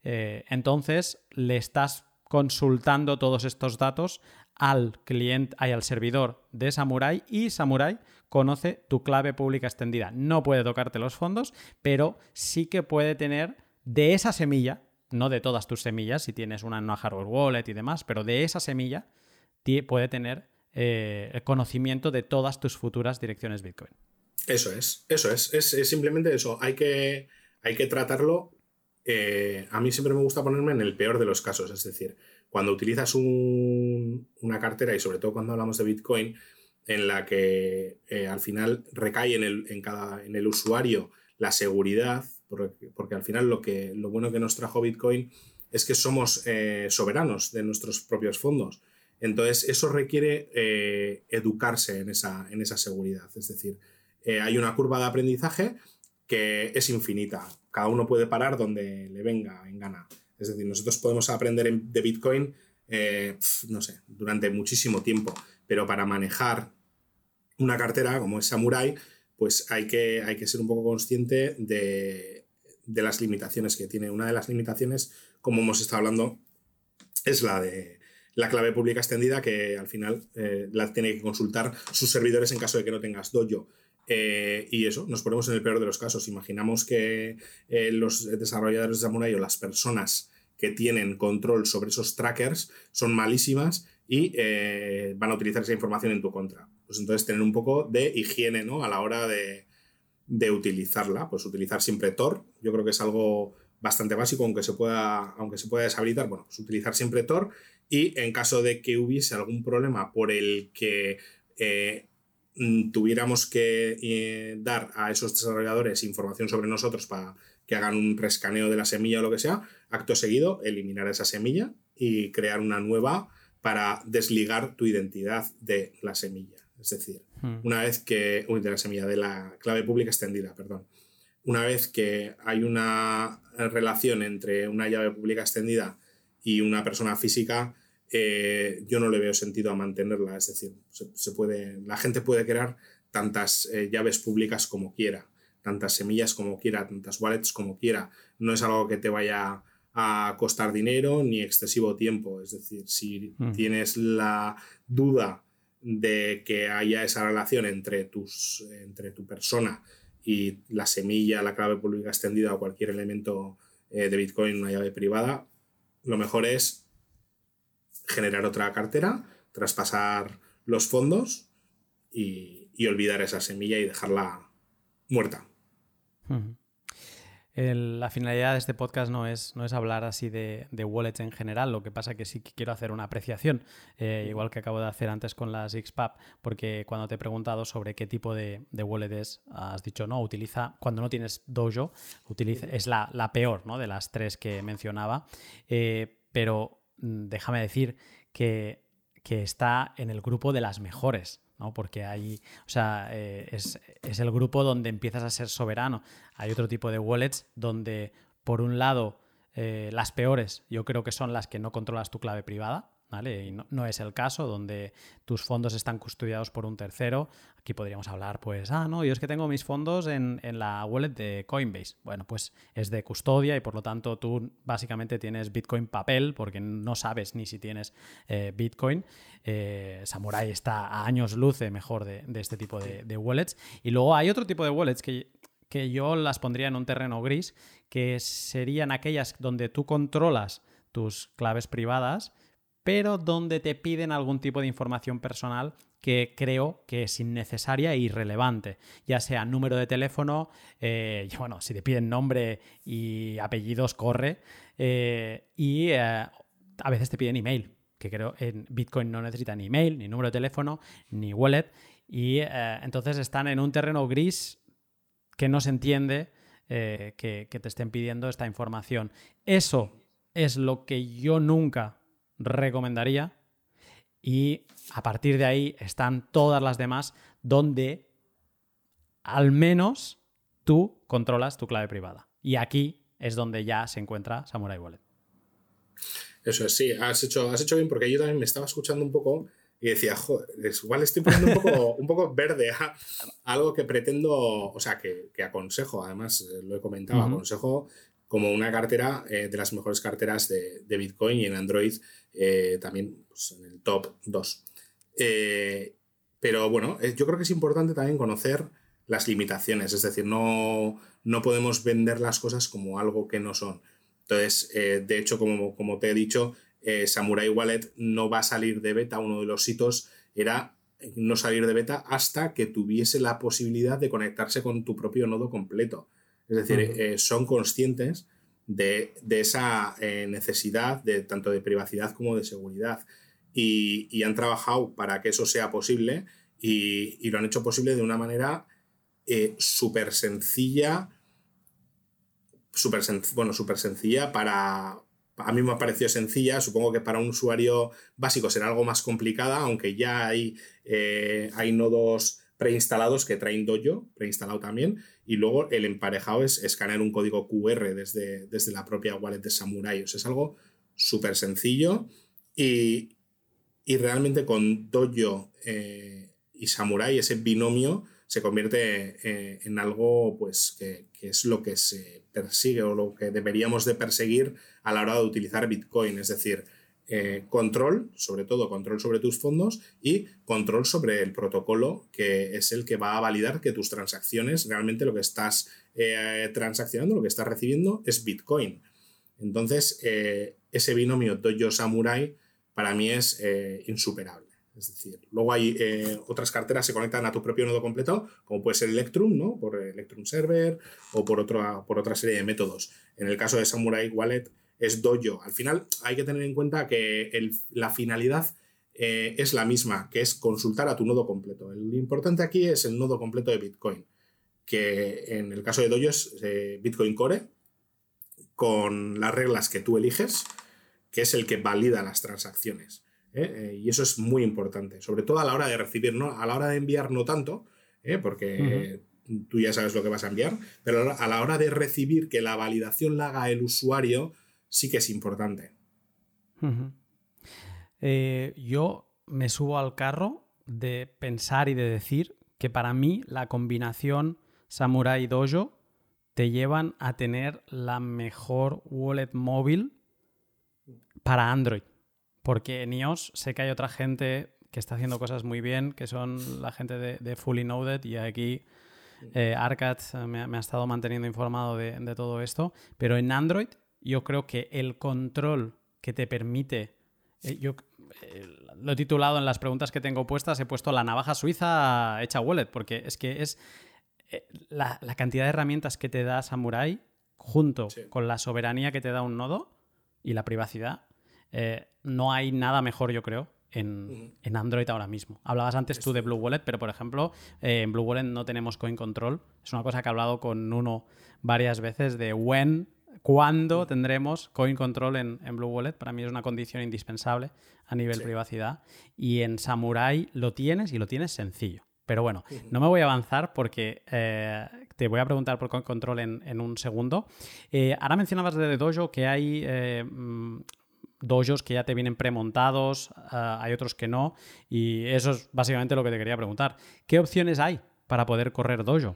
entonces le estás consultando todos estos datos al cliente, al servidor de Samurai, y Samurai conoce tu clave pública extendida. No puede tocarte los fondos, pero sí que puede tener de esa semilla, no de todas tus semillas, si tienes una hardware wallet y demás, pero de esa semilla puede tener el conocimiento de todas tus futuras direcciones Bitcoin. Eso es. Es simplemente eso. Hay que tratarlo. A mí siempre me gusta ponerme en el peor de los casos, es decir, cuando utilizas una cartera, y sobre todo cuando hablamos de Bitcoin, en la que al final recae en el usuario la seguridad, porque al final lo bueno que nos trajo Bitcoin es que somos soberanos de nuestros propios fondos. Entonces, eso requiere educarse en esa seguridad. Es decir, hay una curva de aprendizaje que es infinita. Cada uno puede parar donde le venga en gana. Es decir, nosotros podemos aprender de Bitcoin, no sé, durante muchísimo tiempo, pero para manejar una cartera como es Samurai, pues hay que ser un poco consciente de las limitaciones que tiene. Una de las limitaciones, como hemos estado hablando, es la de la clave pública extendida, que al final la tiene que consultar sus servidores en caso de que no tengas Dojo. Y eso, nos ponemos en el peor de los casos. Imaginamos que los desarrolladores de Samurai o las personas que tienen control sobre esos trackers son malísimas y van a utilizar esa información en tu contra. Pues entonces tener un poco de higiene, ¿no? A la hora de utilizarla. Pues utilizar siempre Tor. Yo creo que es algo bastante básico, aunque se pueda deshabilitar. Bueno, pues utilizar siempre Tor, y en caso de que hubiese algún problema por el que tuviéramos que dar a esos desarrolladores información sobre nosotros para que hagan un rescaneo de la semilla o lo que sea, acto seguido eliminar esa semilla y crear una nueva para desligar tu identidad de la semilla. Es decir, una vez que... de la semilla, de la clave pública extendida, perdón. Una vez que hay una relación entre una llave pública extendida y una persona física, yo no le veo sentido a mantenerla. Es decir, la gente puede crear tantas llaves públicas como quiera, tantas semillas como quiera, tantas wallets como quiera. No es algo que te vaya a costar dinero ni excesivo tiempo. Es decir, si tienes la duda de que haya esa relación entre tu persona y la semilla, la clave pública extendida o cualquier elemento de Bitcoin, una llave privada, lo mejor es generar otra cartera, traspasar los fondos y olvidar esa semilla y dejarla muerta. La finalidad de este podcast no es hablar así de wallets en general, lo que pasa que sí que quiero hacer una apreciación, igual que acabo de hacer antes con las XPub, porque cuando te he preguntado sobre qué tipo de wallet es, has dicho, no, utiliza, cuando no tienes Dojo, es la peor, ¿no?, de las tres que mencionaba, pero déjame decir que está en el grupo de las mejores, ¿no? Porque hay, o sea, es el grupo donde empiezas a ser soberano. Hay otro tipo de wallets donde, por un lado, las peores yo creo que son las que no controlas tu clave privada, ¿vale? Y no es el caso, donde tus fondos están custodiados por un tercero. Aquí podríamos hablar, pues, no, yo es que tengo mis fondos en la wallet de Coinbase. Bueno, pues es de custodia y por lo tanto tú básicamente tienes Bitcoin papel porque no sabes ni si tienes Bitcoin. Samurai está a años luz mejor de este tipo de wallets. Y luego hay otro tipo de wallets que yo las pondría en un terreno gris, que serían aquellas donde tú controlas tus claves privadas, pero donde te piden algún tipo de información personal que creo que es innecesaria e irrelevante, ya sea número de teléfono, bueno, si te piden nombre y apellidos, corre, y a veces te piden email, que creo en Bitcoin no necesita ni email, ni número de teléfono, ni wallet, y entonces están en un terreno gris que no se entiende que te estén pidiendo esta información. Eso es lo que yo nunca recomendaría, y a partir de ahí están todas las demás donde al menos tú controlas tu clave privada, y aquí es donde ya se encuentra Samurai Wallet. Eso es, sí, has hecho bien, porque yo también me estaba escuchando un poco y decía, joder, igual estoy poniendo un poco verde a algo que pretendo, o sea, que aconsejo, además lo he comentado, aconsejo como una cartera de las mejores carteras de Bitcoin, y en Android también, pues, en el top 2. Pero bueno, yo creo que es importante también conocer las limitaciones, es decir, no podemos vender las cosas como algo que no son. Entonces, de hecho, como te he dicho, Samurai Wallet no va a salir de beta. Uno de los hitos era no salir de beta hasta que tuviese la posibilidad de conectarse con tu propio nodo completo. Es decir, son conscientes de esa necesidad tanto de privacidad como de seguridad, y han trabajado para que eso sea posible, y lo han hecho posible de una manera súper sencilla. Súper sencilla para... A mí me ha parecido sencilla, supongo que para un usuario básico será algo más complicada, aunque ya hay nodos preinstalados que traen Dojo, preinstalado también, y luego el emparejado es escanear un código QR desde la propia wallet de Samurai. O sea, es algo súper sencillo, y realmente con Dojo y Samurai ese binomio se convierte en algo, pues, que es lo que se persigue o lo que deberíamos de perseguir a la hora de utilizar Bitcoin. Es decir, control, sobre todo control sobre tus fondos, y control sobre el protocolo, que es el que va a validar que tus transacciones, realmente lo que estás transaccionando, lo que estás recibiendo es Bitcoin. Entonces, ese binomio Dojo Samurai para mí es insuperable. Es decir, luego hay otras carteras que se conectan a tu propio nodo completo, como puede ser Electrum, ¿no?, por Electrum Server, o por otra serie de métodos. En el caso de Samurai Wallet es Dojo. Al final hay que tener en cuenta que la finalidad es la misma, que es consultar a tu nodo completo. Lo importante aquí es el nodo completo de Bitcoin, que en el caso de Dojo es Bitcoin Core, con las reglas que tú eliges, que es el que valida las transacciones. Y eso es muy importante, sobre todo a la hora de recibir, ¿no? A la hora de enviar no tanto, porque tú ya sabes lo que vas a enviar, pero a la hora de recibir, que la validación la haga el usuario, sí que es importante. Yo me subo al carro de pensar y de decir que para mí la combinación Samurai Dojo te llevan a tener la mejor wallet móvil para Android. Porque en iOS sé que hay otra gente que está haciendo cosas muy bien, que son la gente de Fully Noded, y aquí Arcad me ha estado manteniendo informado de todo esto. Pero en Android yo creo que el control que te permite... lo he titulado en las preguntas que tengo puestas, he puesto la navaja suiza hecha wallet, porque es que es la cantidad de herramientas que te da Samurai junto con la soberanía que te da un nodo y la privacidad. No hay nada mejor, yo creo, en Android ahora mismo. Hablabas antes tú de Blue Wallet, pero por ejemplo, en Blue Wallet no tenemos coin control. Es una cosa que he hablado con Nuno varias veces de cuándo tendremos coin control en Blue Wallet. Para mí es una condición indispensable a nivel privacidad. Y en Samurai lo tienes, y lo tienes sencillo. Pero bueno, no me voy a avanzar porque te voy a preguntar por coin control en un segundo. Ahora mencionabas de Dojo que hay dojos que ya te vienen premontados, hay otros que no, y eso es básicamente lo que te quería preguntar. ¿Qué opciones hay para poder correr Dojo?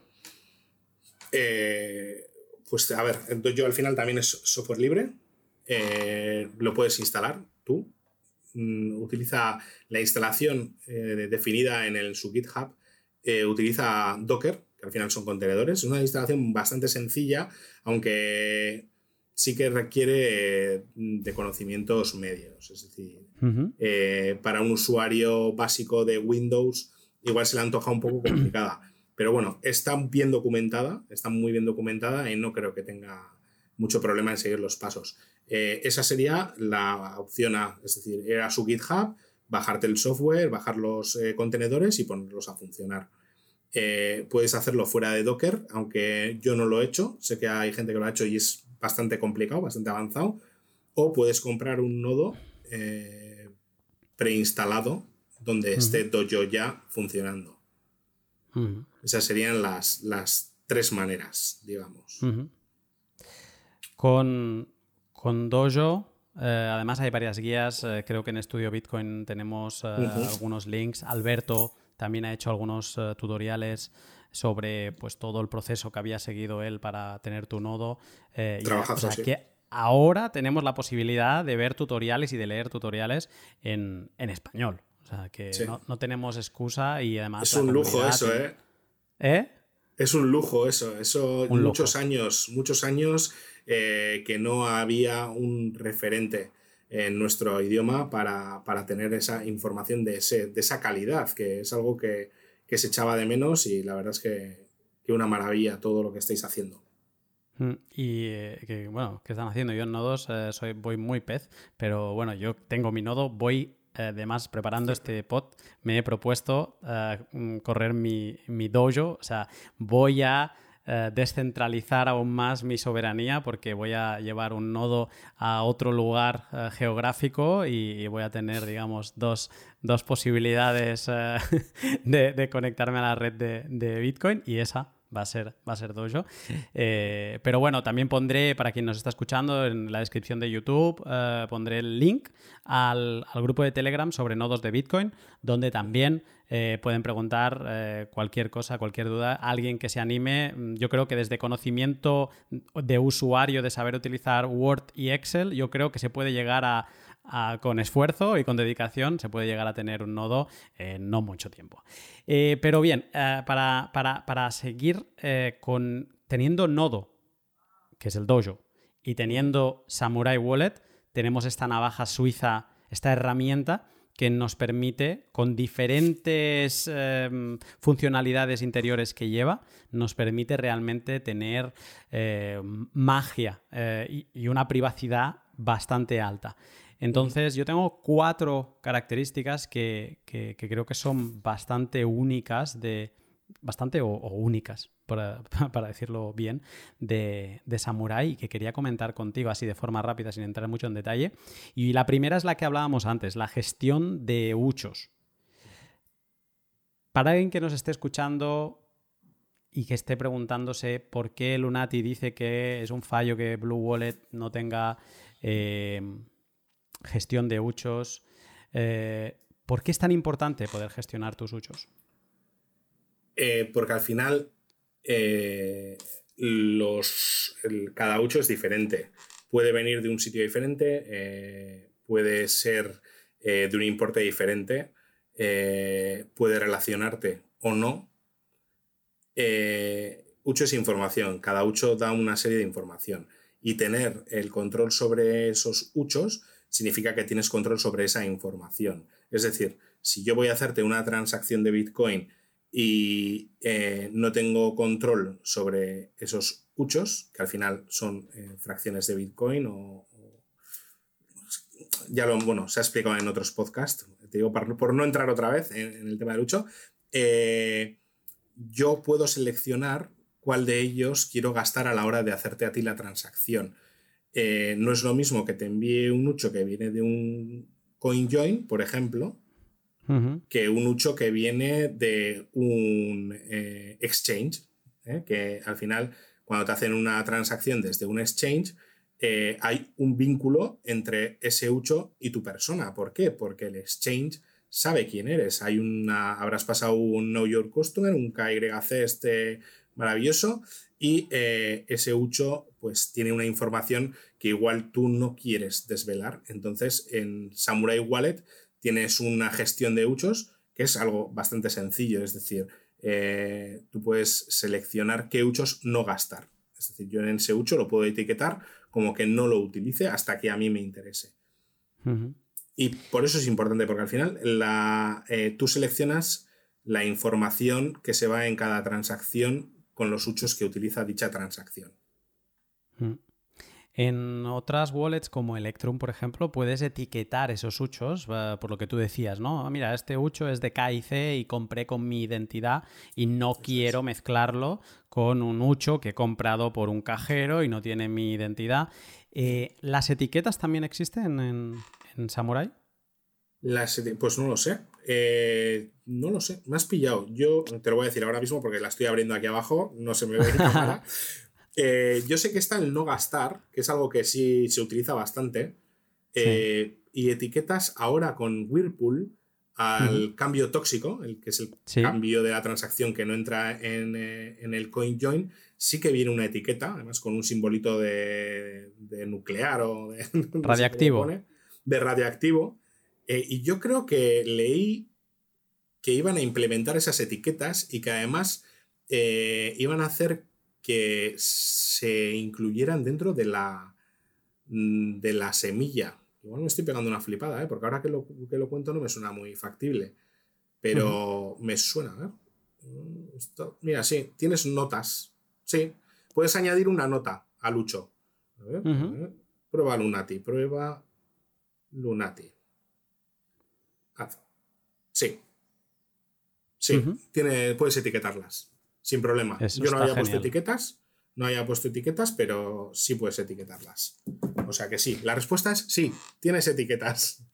Pues a ver, Dojo al final también es software libre, lo puedes instalar tú, utiliza la instalación definida en su GitHub, utiliza Docker, que al final son contenedores, es una instalación bastante sencilla, aunque sí que requiere de conocimientos medios, es decir, para un usuario básico de Windows igual se le antoja un poco complicada, pero bueno, está muy bien documentada y no creo que tenga mucho problema en seguir los pasos. Esa sería la opción A, es decir, ir a su GitHub, bajarte el software, bajar los contenedores y ponerlos a funcionar. Puedes hacerlo fuera de Docker, aunque yo no lo he hecho, sé que hay gente que lo ha hecho y es bastante complicado, bastante avanzado, o puedes comprar un nodo preinstalado donde esté Dojo ya funcionando. Esas serían las tres maneras, digamos. Con Dojo, además hay varias guías, creo que en Estudio Bitcoin tenemos algunos links. Alberto también ha hecho algunos tutoriales sobre pues todo el proceso que había seguido él para tener tu nodo. Que ahora tenemos la posibilidad de ver tutoriales y de leer tutoriales en español. O sea, que no tenemos excusa, y además... Es un lujo eso, ¿Eh? Es un lujo eso. Muchos años que no había un referente en nuestro idioma para tener esa información de esa calidad, que es algo que se echaba de menos, y la verdad es que una maravilla todo lo que estáis haciendo. Y ¿qué están haciendo? Yo en nodos voy muy pez, pero bueno, yo tengo mi nodo, además, preparando este pod, me he propuesto correr mi dojo, o sea, voy a descentralizar aún más mi soberanía, porque voy a llevar un nodo a otro lugar geográfico y voy a tener, digamos, dos posibilidades de conectarme a la red de Bitcoin, y esa va a ser Dojo. Pero bueno, también pondré, para quien nos está escuchando, en la descripción de YouTube, pondré el link al grupo de Telegram sobre nodos de Bitcoin, donde también pueden preguntar cualquier cosa, cualquier duda. Alguien que se anime, yo creo que desde conocimiento de usuario, de saber utilizar Word y Excel, yo creo que se puede llegar con esfuerzo y con dedicación, se puede llegar a tener un nodo en no mucho tiempo. Pero bien, para seguir teniendo nodo, que es el Dojo, y teniendo Samurai Wallet, tenemos esta navaja suiza, esta herramienta que nos permite, con diferentes funcionalidades interiores que lleva, nos permite realmente tener magia y una privacidad bastante alta. Entonces, yo tengo 4 características que creo que son bastante únicas, únicas, para decirlo bien, de Samurai, que quería comentar contigo así de forma rápida, sin entrar mucho en detalle. Y la primera es la que hablábamos antes, la gestión de huchos. Para alguien que nos esté escuchando y que esté preguntándose por qué Lunati dice que es un fallo que Blue Wallet no tenga gestión de huchos, ¿por qué es tan importante poder gestionar tus huchos? Porque al final cada ucho es diferente. Puede venir de un sitio diferente, puede ser de un importe diferente, puede relacionarte o no. Ucho es información, cada ucho da una serie de información. Y tener el control sobre esos uchos significa que tienes control sobre esa información. Es decir, si yo voy a hacerte una transacción de Bitcoin y no tengo control sobre esos uchos, que al final son fracciones de Bitcoin bueno, se ha explicado en otros podcasts, te digo, por no entrar otra vez en el tema del ucho, yo puedo seleccionar cuál de ellos quiero gastar a la hora de hacerte a ti la transacción. No es lo mismo que te envíe un ucho que viene de un CoinJoin, por ejemplo, que un ucho que viene de un exchange, que al final, cuando te hacen una transacción desde un exchange, hay un vínculo entre ese ucho y tu persona. ¿Por qué? Porque el exchange sabe quién eres. Habrás pasado un Know Your Customer, un KYC maravilloso, y ese ucho pues tiene una información que igual tú no quieres desvelar. Entonces, en Samurai Wallet tienes una gestión de uchos que es algo bastante sencillo. Es decir, tú puedes seleccionar qué uchos no gastar. Es decir, yo en ese ucho lo puedo etiquetar como que no lo utilice hasta que a mí me interese. Y por eso es importante, porque al final tú seleccionas la información que se va en cada transacción con los uchos que utiliza dicha transacción. En otras wallets como Electrum, por ejemplo, puedes etiquetar esos uchos, por lo que tú decías, ¿no? Mira, este ucho es de KIC y compré con mi identidad y no quiero mezclarlo con un ucho que he comprado por un cajero y no tiene mi identidad. ¿Las etiquetas también existen en Samurai? Pues no lo sé. No lo sé. Me has pillado. Yo te lo voy a decir ahora mismo porque la estoy abriendo aquí abajo. No se me ve en cámara. Yo sé que está el no gastar, que es algo que sí se utiliza bastante. Sí. Y etiquetas ahora con Whirlpool al cambio tóxico, que es el cambio de la transacción que no entra en el CoinJoin, sí que viene una etiqueta, además con un simbolito de nuclear o de radioactivo. De radioactivo. Y yo creo que leí que iban a implementar esas etiquetas y que además iban a hacer que se incluyeran dentro de la semilla. Igual me estoy pegando una flipada, porque ahora que lo cuento no me suena muy factible. Pero me suena, a ver. Mira, sí, tienes notas. Sí, puedes añadir una nota al ucho. A ver, a ver. Prueba Lunati. Sí. Sí, puedes etiquetarlas. Sin problema. Eso yo no había puesto etiquetas, pero sí puedes etiquetarlas. O sea que sí. La respuesta es sí, tienes etiquetas.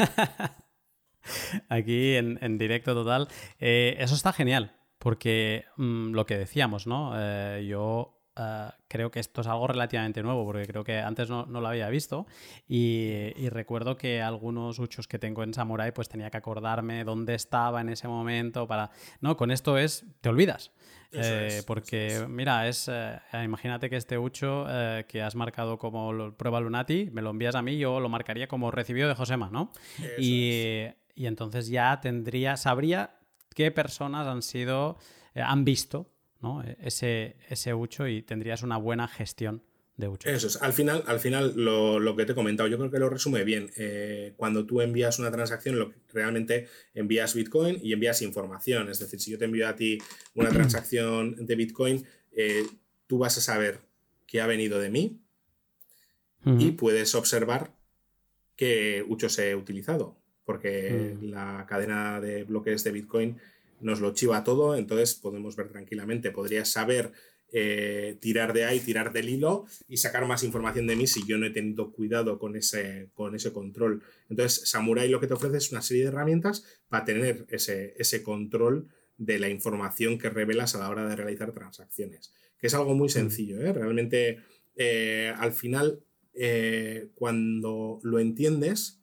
Aquí en directo total. Eso está genial, porque lo que decíamos, ¿no? Yo creo que esto es algo relativamente nuevo, porque creo que antes no lo había visto y recuerdo que algunos uchos que tengo en Samurai pues tenía que acordarme dónde estaba en ese momento para... No, con esto te olvidas. Porque mira, imagínate que este ucho que has marcado como prueba Lunati, me lo envías a mí, yo lo marcaría como recibido de Josema, ¿no? Y entonces ya sabría qué personas han visto, ¿no? ese ucho y tendrías una buena gestión de uchos. Eso es. Al final lo que te he comentado, yo creo que lo resume bien. Cuando tú envías una transacción, realmente envías Bitcoin y envías información. Es decir, si yo te envío a ti una transacción de Bitcoin, tú vas a saber que ha venido de mí y puedes observar qué uchos he utilizado, porque la cadena de bloques de Bitcoin nos lo chiva todo, entonces podemos ver tranquilamente. Podrías saber tirar de ahí, tirar del hilo y sacar más información de mí si yo no he tenido cuidado con ese control. Entonces, Samurai lo que te ofrece es una serie de herramientas para tener ese control de la información que revelas a la hora de realizar transacciones, que es algo muy sencillo, ¿eh? Realmente, al final, cuando lo entiendes,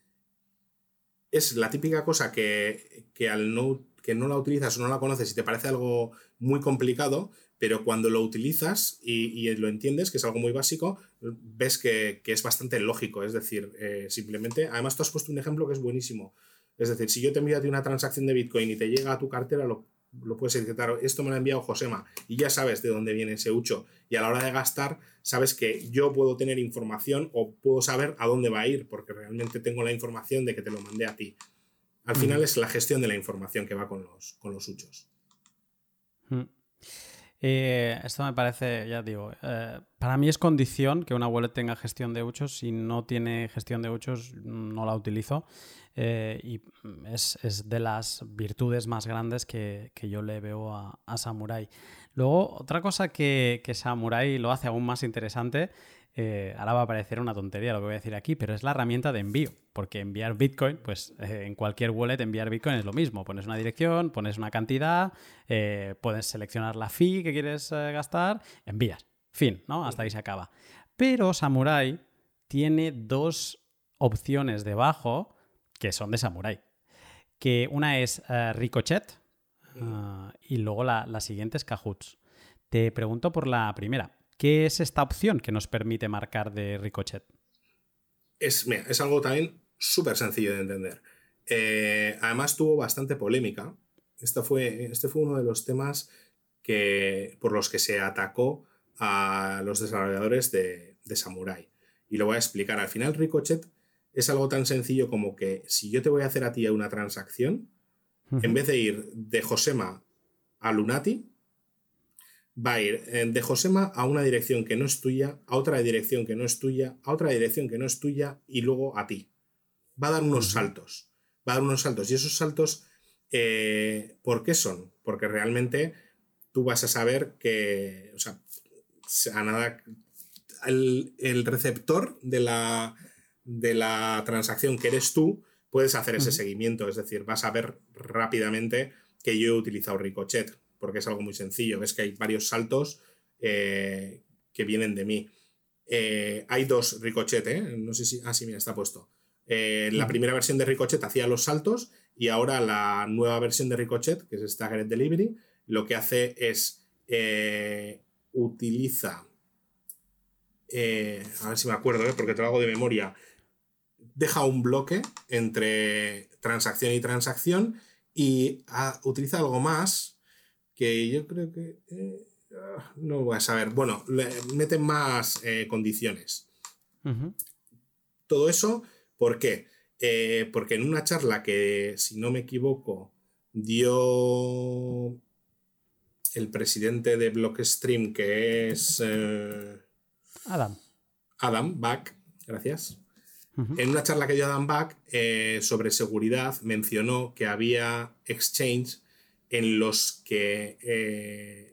es la típica cosa que no la utilizas o no la conoces y te parece algo muy complicado, pero cuando lo utilizas y lo entiendes, que es algo muy básico, ves que es bastante lógico. Es decir, simplemente, además tú has puesto un ejemplo que es buenísimo. Es decir, si yo te envío a ti una transacción de Bitcoin y te llega a tu cartera, lo puedes etiquetar, esto me lo ha enviado Josema, y ya sabes de dónde viene ese hucho. Y a la hora de gastar, sabes que yo puedo tener información o puedo saber a dónde va a ir, porque realmente tengo la información de que te lo mandé a ti. Al final es la gestión de la información que va con los huchos. Esto me parece, ya digo, para mí es condición que una wallet tenga gestión de huchos. Si no tiene gestión de huchos, no la utilizo. Y es de las virtudes más grandes que yo le veo a Samurai. Luego, otra cosa que Samurai lo hace aún más interesante, ahora va a parecer una tontería lo que voy a decir aquí, pero es la herramienta de envío. Porque enviar Bitcoin, pues en cualquier wallet enviar Bitcoin es lo mismo. Pones una dirección, pones una cantidad, puedes seleccionar la fee que quieres gastar, envías. Fin, ¿no? Hasta ahí se acaba. Pero Samurai tiene dos opciones debajo que son de Samurai. Que una es Ricochet y luego la siguiente es Cahoots. Te pregunto por la primera. ¿Qué es esta opción que nos permite marcar de Ricochet? Mira, es algo también súper sencillo de entender. Además tuvo bastante polémica. Este fue uno de los temas por los que se atacó a los desarrolladores de Samurai. Y lo voy a explicar. Al final, Ricochet es algo tan sencillo como que si yo te voy a hacer a ti una transacción, en vez de ir de Josema a Lunati, va a ir de Josema a una dirección que no es tuya, a otra dirección que no es tuya, a otra dirección que no es tuya y luego a ti. Va a dar unos saltos. Va a dar unos saltos. Y esos saltos, ¿por qué son? Porque realmente tú vas a saber que, o sea, a nada, el receptor de la transacción que eres tú, puedes hacer ese seguimiento. Es decir, vas a ver rápidamente que yo he utilizado Ricochet, porque es algo muy sencillo. Ves que hay varios saltos que vienen de mí. Hay dos Ricochet, no sé si... Ah, sí, mira, está puesto. La primera versión de Ricochet hacía los saltos y ahora la nueva versión de Ricochet, que es Staggered Delivery, lo que hace es utiliza... a ver si me acuerdo, porque te lo hago de memoria. Deja un bloque entre transacción y transacción y utiliza algo más que yo creo que no voy a saber. Bueno, meten más condiciones. Todo eso, ¿por qué? Porque en una charla que, si no me equivoco, dio el presidente de Blockstream, que es Adam Back, gracias. En una charla que dio Adam Back sobre seguridad, mencionó que había exchange en los que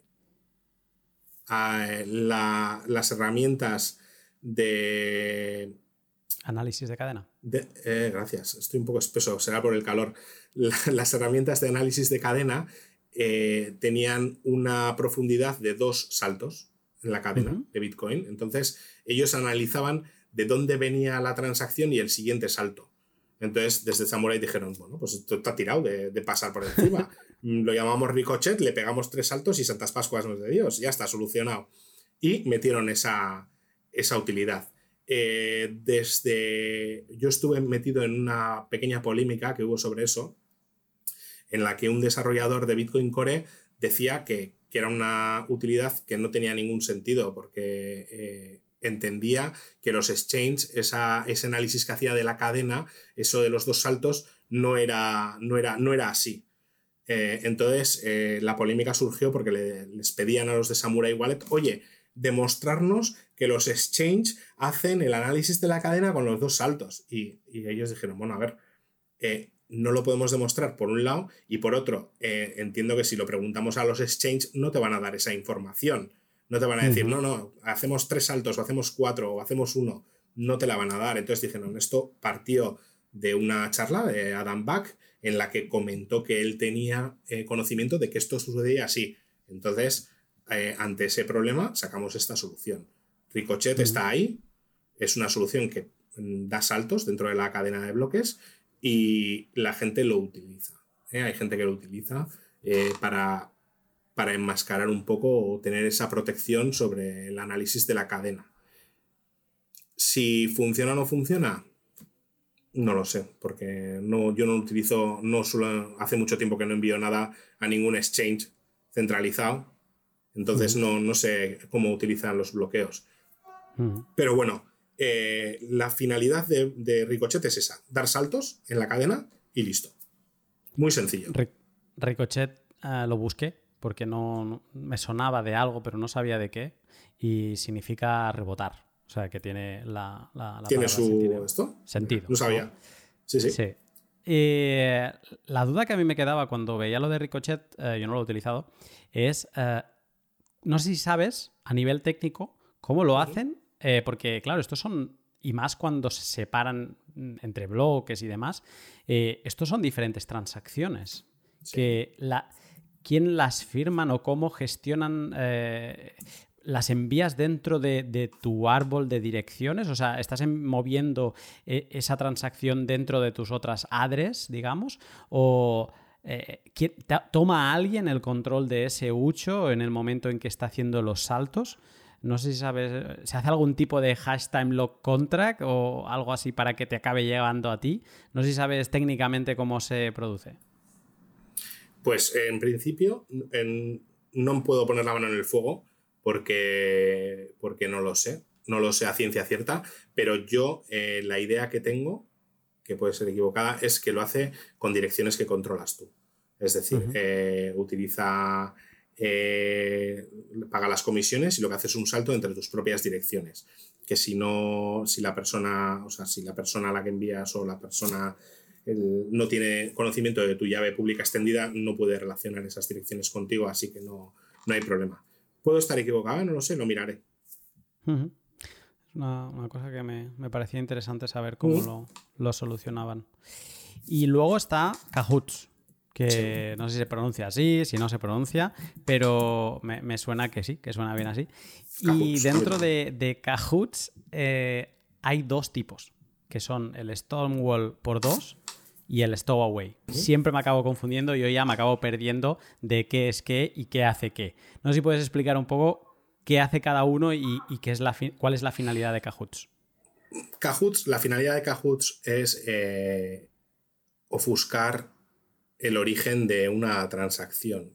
las herramientas de... Análisis de cadena. Gracias, estoy un poco espeso, será por el calor. Las herramientas de análisis de cadena tenían una profundidad de 2 saltos en la cadena de Bitcoin. Entonces, ellos analizaban de dónde venía la transacción y el siguiente salto. Entonces, desde Samurai dijeron, bueno, pues esto está tirado de pasar por encima. Lo llamamos Ricochet, le pegamos 3 saltos y Santas Pascuas nos de Dios. Ya está, solucionado. Y metieron esa utilidad. Yo estuve metido en una pequeña polémica que hubo sobre eso, en la que un desarrollador de Bitcoin Core decía que era una utilidad que no tenía ningún sentido, porque entendía que los exchanges, ese análisis que hacía de la cadena, eso de los 2 saltos, no era así. Entonces la polémica surgió porque les pedían a los de Samurai Wallet, oye, demostrarnos que los exchanges hacen el análisis de la cadena con los 2 saltos. Y ellos dijeron, bueno, a ver, no lo podemos demostrar por un lado, y por otro, entiendo que si lo preguntamos a los exchanges no te van a dar esa información. No te van a decir, no, hacemos 3 saltos, o hacemos 4, o hacemos 1. No te la van a dar. Entonces dijeron, esto partió de una charla de Adam Back en la que comentó que él tenía conocimiento de que esto sucedía así. Entonces, ante ese problema, sacamos esta solución. Ricochet está ahí, es una solución que da saltos dentro de la cadena de bloques y la gente lo utiliza. Hay gente que lo utiliza para para enmascarar un poco o tener esa protección sobre el análisis de la cadena. Si funciona o no funciona, no lo sé, porque yo no utilizo, hace mucho tiempo que no envío nada a ningún exchange centralizado, entonces no sé cómo utilizan los bloqueos. Pero bueno, la finalidad de Ricochet es esa, dar saltos en la cadena y listo. Muy sencillo. Ricochet lo busqué porque no me sonaba de algo, pero no sabía de qué, y significa rebotar. O sea, que tiene la ¿Tiene tiene esto? Sentido. No sabía. ¿No? Sí. La duda que a mí me quedaba cuando veía lo de Ricochet, yo no lo he utilizado, es, no sé si sabes, a nivel técnico, cómo lo hacen, porque claro, estos son, y más cuando se separan entre bloques y demás, estos son diferentes transacciones. Sí. ¿Quién las firman o cómo gestionan? ¿Las envías dentro de tu árbol de direcciones? O sea, ¿estás moviendo esa transacción dentro de tus otras address, digamos? ¿O toma alguien el control de ese ucho en el momento en que está haciendo los saltos? No sé si sabes, ¿se hace algún tipo de hash time lock contract o algo así para que te acabe llegando a ti? No sé si sabes técnicamente cómo se produce. Pues en principio no puedo poner la mano en el fuego porque no lo sé a ciencia cierta, pero yo la idea que tengo, que puede ser equivocada, es que lo hace con direcciones que controlas tú. Es decir, utiliza, paga las comisiones y lo que hace es un salto entre tus propias direcciones. Que si la persona a la que envías o la persona no tiene conocimiento de tu llave pública extendida, no puede relacionar esas direcciones contigo, así que no hay problema. Puedo estar equivocado, no lo sé, lo miraré. Es una cosa que me parecía interesante saber cómo lo solucionaban. Y luego está Cahoots, que no sé si se pronuncia así, si no se pronuncia, pero me suena que sí, que suena bien así. Cahoots, y dentro de Cahoots hay dos tipos, que son el Stonewall por 2 y el Stowaway. Siempre me acabo confundiendo y yo ya me acabo perdiendo de qué es qué y qué hace qué. No sé si puedes explicar un poco qué hace cada uno y qué es cuál es la finalidad de Cahoots. La finalidad de Cahoots es ofuscar el origen de una transacción.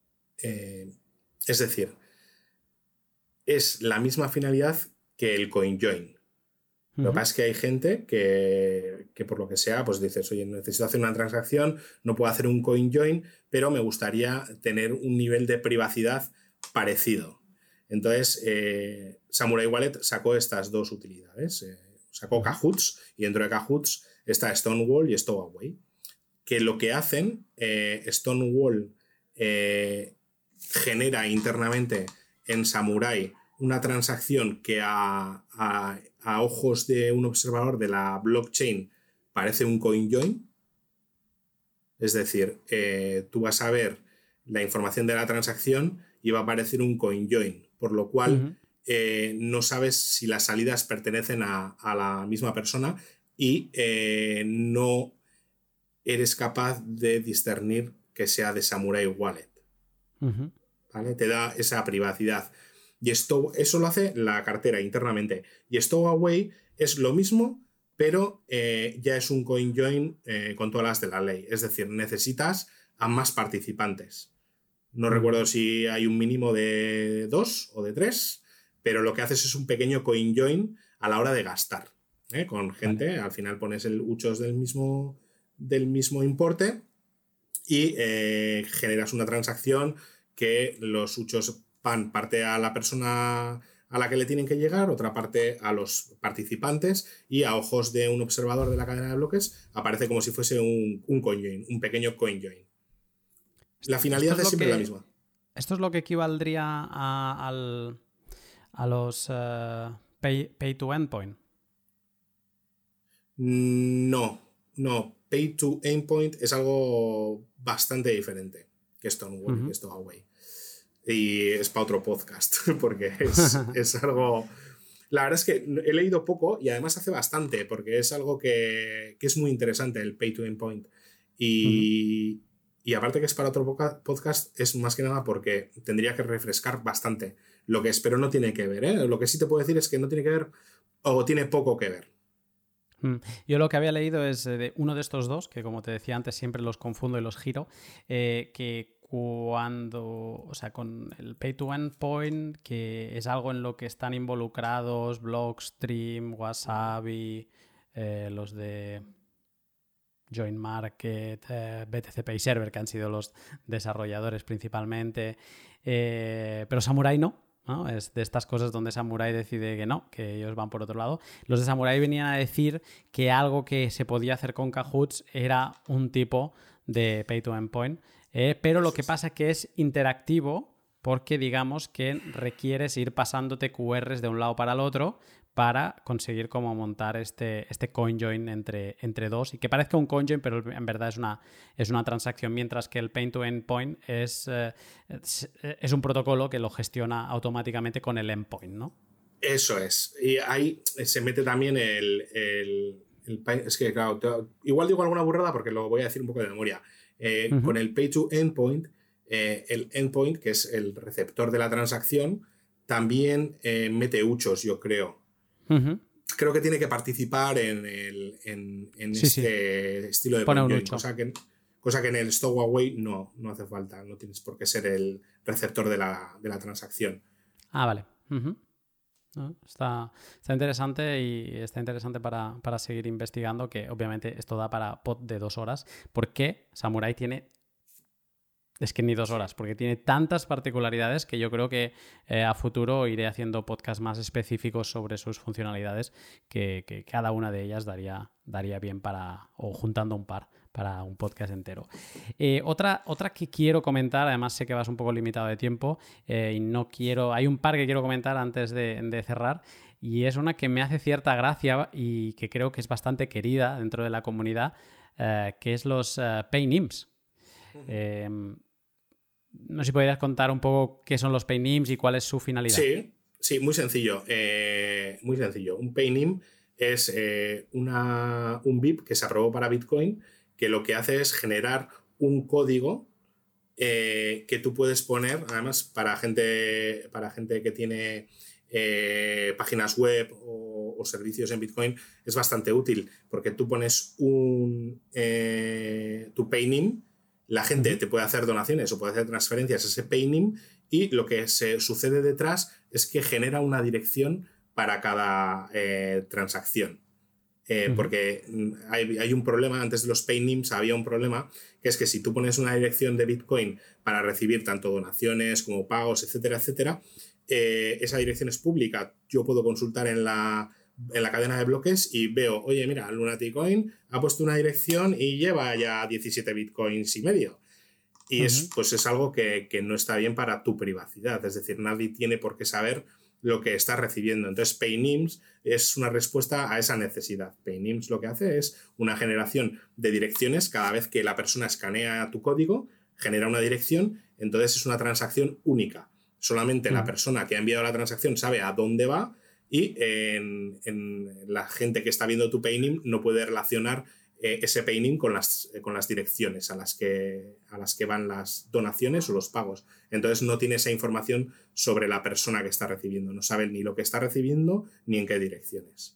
Es decir, es la misma finalidad que el CoinJoin. Lo que pasa es que hay gente que por lo que sea, pues dices, oye, necesito hacer una transacción, no puedo hacer un CoinJoin, pero me gustaría tener un nivel de privacidad parecido. Entonces, Samurai Wallet sacó estas dos utilidades. Sacó Cahoots y dentro de Cahoots está Stonewall y Stowaway. Que lo que hacen, Stonewall genera internamente en Samurai una transacción que a ojos de un observador de la blockchain parece un CoinJoin. Es decir, tú vas a ver la información de la transacción y va a aparecer un CoinJoin, por lo cual no sabes si las salidas pertenecen a la misma persona y no eres capaz de discernir que sea de Samurai Wallet. ¿Vale? Te da esa privacidad. Y eso lo hace la cartera internamente. Y Stowaway es lo mismo, pero ya es un CoinJoin con todas las de la ley. Es decir, necesitas a más participantes. No recuerdo si hay un mínimo de 2 o de 3, pero lo que haces es un pequeño CoinJoin a la hora de gastar. Con gente, vale. Al final pones el uchos del mismo importe y generas una transacción que los uchos van parte a la persona a la que le tienen que llegar, otra parte a los participantes y a ojos de un observador de la cadena de bloques aparece como si fuese un CoinJoin, un pequeño CoinJoin. La finalidad es siempre la misma. ¿Esto es lo que equivaldría a los pay to endpoint? No. Pay to endpoint es algo bastante diferente que Stonewall y que Stowaway. Y es para otro podcast, porque es algo... La verdad es que he leído poco y además hace bastante, porque es algo que es muy interesante, el pay to endpoint. Y Y aparte que es para otro podcast, es más que nada porque tendría que refrescar bastante. Lo que espero no tiene que ver, ¿eh? Lo que sí te puedo decir es que no tiene que ver o tiene poco que ver. Yo lo que había leído es de uno de estos dos, que como te decía antes siempre los confundo y los giro, que cuando, o sea, con el Pay to Endpoint, que es algo en lo que están involucrados Blockstream, Wasabi, los de Join Market, BTC Pay Server, que han sido los desarrolladores principalmente, pero Samurai ¿no? Es de estas cosas donde Samurai decide que no, que ellos van por otro lado. Los de Samurai venían a decir que algo que se podía hacer con Kahoots era un tipo de Pay to Endpoint, pero lo que pasa es que es interactivo porque digamos que requieres ir pasándote QRs de un lado para el otro para conseguir como montar este CoinJoin entre dos y que parezca un CoinJoin, pero en verdad es una transacción, mientras que el Pay to Endpoint es un protocolo que lo gestiona automáticamente con el endpoint, ¿no? Eso es. Y ahí se mete también es que, claro, igual digo alguna burrada porque lo voy a decir un poco de memoria. Con el Pay to Endpoint, el endpoint, que es el receptor de la transacción, también mete huchos, yo creo. Creo que tiene que participar en este estilo de CoinJoin, cosa que en el Stowaway no hace falta, no tienes por qué ser el receptor de la transacción. Ah, vale. ¿No? Está interesante y está interesante para seguir investigando, que obviamente esto da para pod de 2 horas, porque Samurai tiene... Es que ni 2 horas, porque tiene tantas particularidades que yo creo que a futuro iré haciendo podcasts más específicos sobre sus funcionalidades, que cada una de ellas daría bien o juntando un par para un podcast entero. Otra que quiero comentar, además sé que vas un poco limitado de tiempo y no quiero... Hay un par que quiero comentar antes de cerrar, y es una que me hace cierta gracia y que creo que es bastante querida dentro de la comunidad, que es los Paynims. No sé si podrías contar un poco qué son los Paynims y cuál es su finalidad. Sí, muy sencillo. Muy sencillo. Un Paynim es un BIP que se aprobó para Bitcoin, que lo que hace es generar un código que tú puedes poner, además, para gente que tiene páginas web o servicios en Bitcoin, es bastante útil, porque tú pones tu Paynim. La gente te puede hacer donaciones o puede hacer transferencias a ese Paynim, y lo que se sucede detrás es que genera una dirección para cada transacción. Porque hay un problema, antes de los Paynims había un problema, que es que si tú pones una dirección de Bitcoin para recibir tanto donaciones como pagos, etcétera, etcétera, esa dirección es pública. Yo puedo consultar en la cadena de bloques y veo, oye, mira, Lunaticoin ha puesto una dirección y lleva ya 17 bitcoins y medio. Y pues es algo que no está bien para tu privacidad. Es decir, nadie tiene por qué saber lo que estás recibiendo. Entonces, Paynims es una respuesta a esa necesidad. Paynims lo que hace es una generación de direcciones. Cada vez que la persona escanea tu código, genera una dirección. Entonces, es una transacción única. Solamente la persona que ha enviado la transacción sabe a dónde va, y la gente que está viendo tu Paynim no puede relacionar ese Paynim con las direcciones a las que van las donaciones o los pagos. Entonces no tiene esa información sobre la persona que está recibiendo. No sabe ni lo que está recibiendo ni en qué direcciones.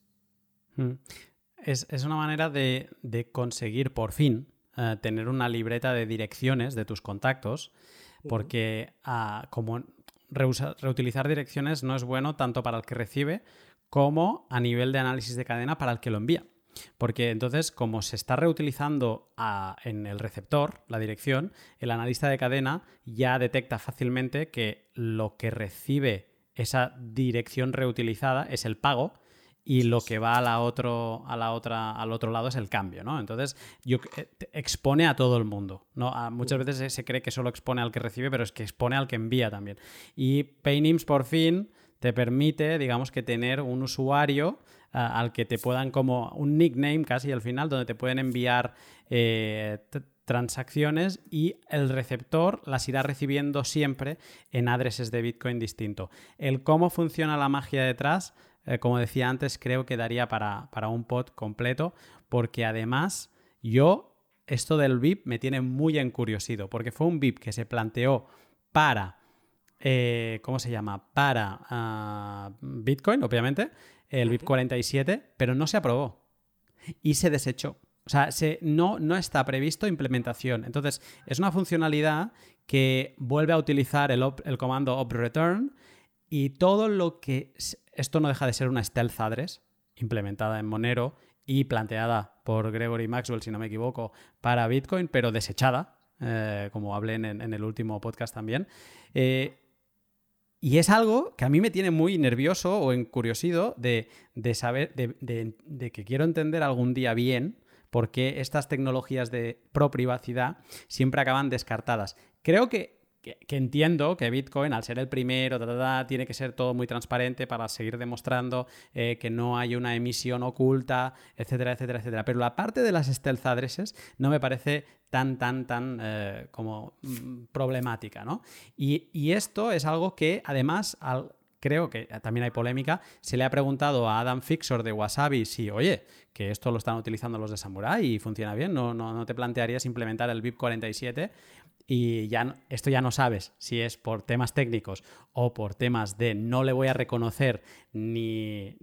Es una manera de conseguir por fin tener una libreta de direcciones de tus contactos, porque como reutilizar direcciones no es bueno tanto para el que recibe como a nivel de análisis de cadena para el que lo envía. Porque entonces, como se está reutilizando en el receptor la dirección, el analista de cadena ya detecta fácilmente que lo que recibe esa dirección reutilizada es el pago, y lo que va al otro lado es el cambio, ¿no? Entonces, expone a todo el mundo, ¿no? Muchas veces se cree que solo expone al que recibe, pero es que expone al que envía también. Y Paynims, por fin, te permite, digamos, que tener un usuario al que te puedan, como un nickname casi al final, donde te pueden enviar transacciones, y el receptor las irá recibiendo siempre en addresses de Bitcoin distinto. El cómo funciona la magia detrás, como decía antes, creo que daría para un pod completo, porque además yo esto del VIP me tiene muy encuriosido, porque fue un VIP que se planteó para, ¿cómo se llama? Para Bitcoin, obviamente, el VIP 47, pero no se aprobó y se desechó. O sea, no está previsto implementación. Entonces, es una funcionalidad que vuelve a utilizar el comando opReturn y todo lo que... Esto no deja de ser una stealth address implementada en Monero y planteada por Gregory Maxwell, si no me equivoco, para Bitcoin, pero desechada, como hablé en el último podcast también. Y es algo que a mí me tiene muy nervioso o encuriosido de saber, de que quiero entender algún día bien por qué estas tecnologías de pro privacidad siempre acaban descartadas. Creo que entiendo que Bitcoin, al ser el primero, tiene que ser todo muy transparente para seguir demostrando que no hay una emisión oculta, etcétera, etcétera, etcétera. Pero la parte de las stealth addresses no me parece tan como problemática, ¿no? Y esto es algo que, además, creo que también hay polémica, se le ha preguntado a Adam Fixor de Wasabi si, oye, que esto lo están utilizando los de Samurai y funciona bien, ¿no te plantearías implementar el VIP 47? Y esto ya no sabes si es por temas técnicos o por temas de no le voy a reconocer ni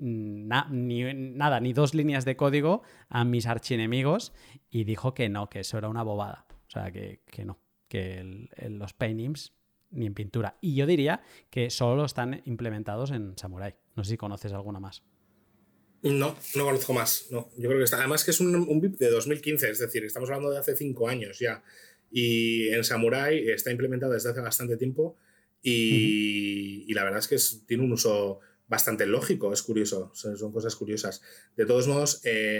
2 líneas de código a mis archienemigos, y dijo que no, que eso era una bobada. O sea, que no, que los paintings ni en pintura. Y yo diría que solo están implementados en Samurai. No sé si conoces alguna más. No conozco más. No. Yo creo que está. Además que es un VIP de 2015, es decir, estamos hablando de hace 5 años ya. Y en Samurai está implementado desde hace bastante tiempo y la verdad es que tiene un uso bastante lógico, es curioso, son cosas curiosas. De todos modos,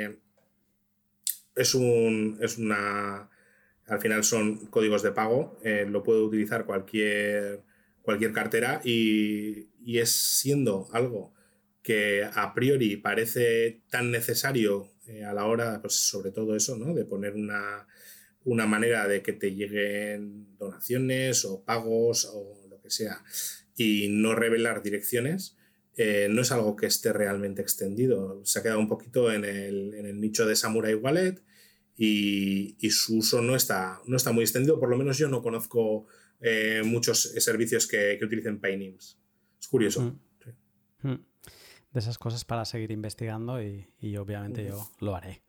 al final son códigos de pago, lo puede utilizar cualquier cartera y es siendo algo que a priori parece tan necesario a la hora, pues sobre todo eso, ¿no? De poner una manera de que te lleguen donaciones o pagos o lo que sea y no revelar direcciones, no es algo que esté realmente extendido. Se ha quedado un poquito en el nicho de Samurai Wallet y su uso no está muy extendido. Por lo menos yo no conozco muchos servicios que utilicen Paynims. Es curioso. Sí. De esas cosas para seguir investigando y obviamente yo lo haré.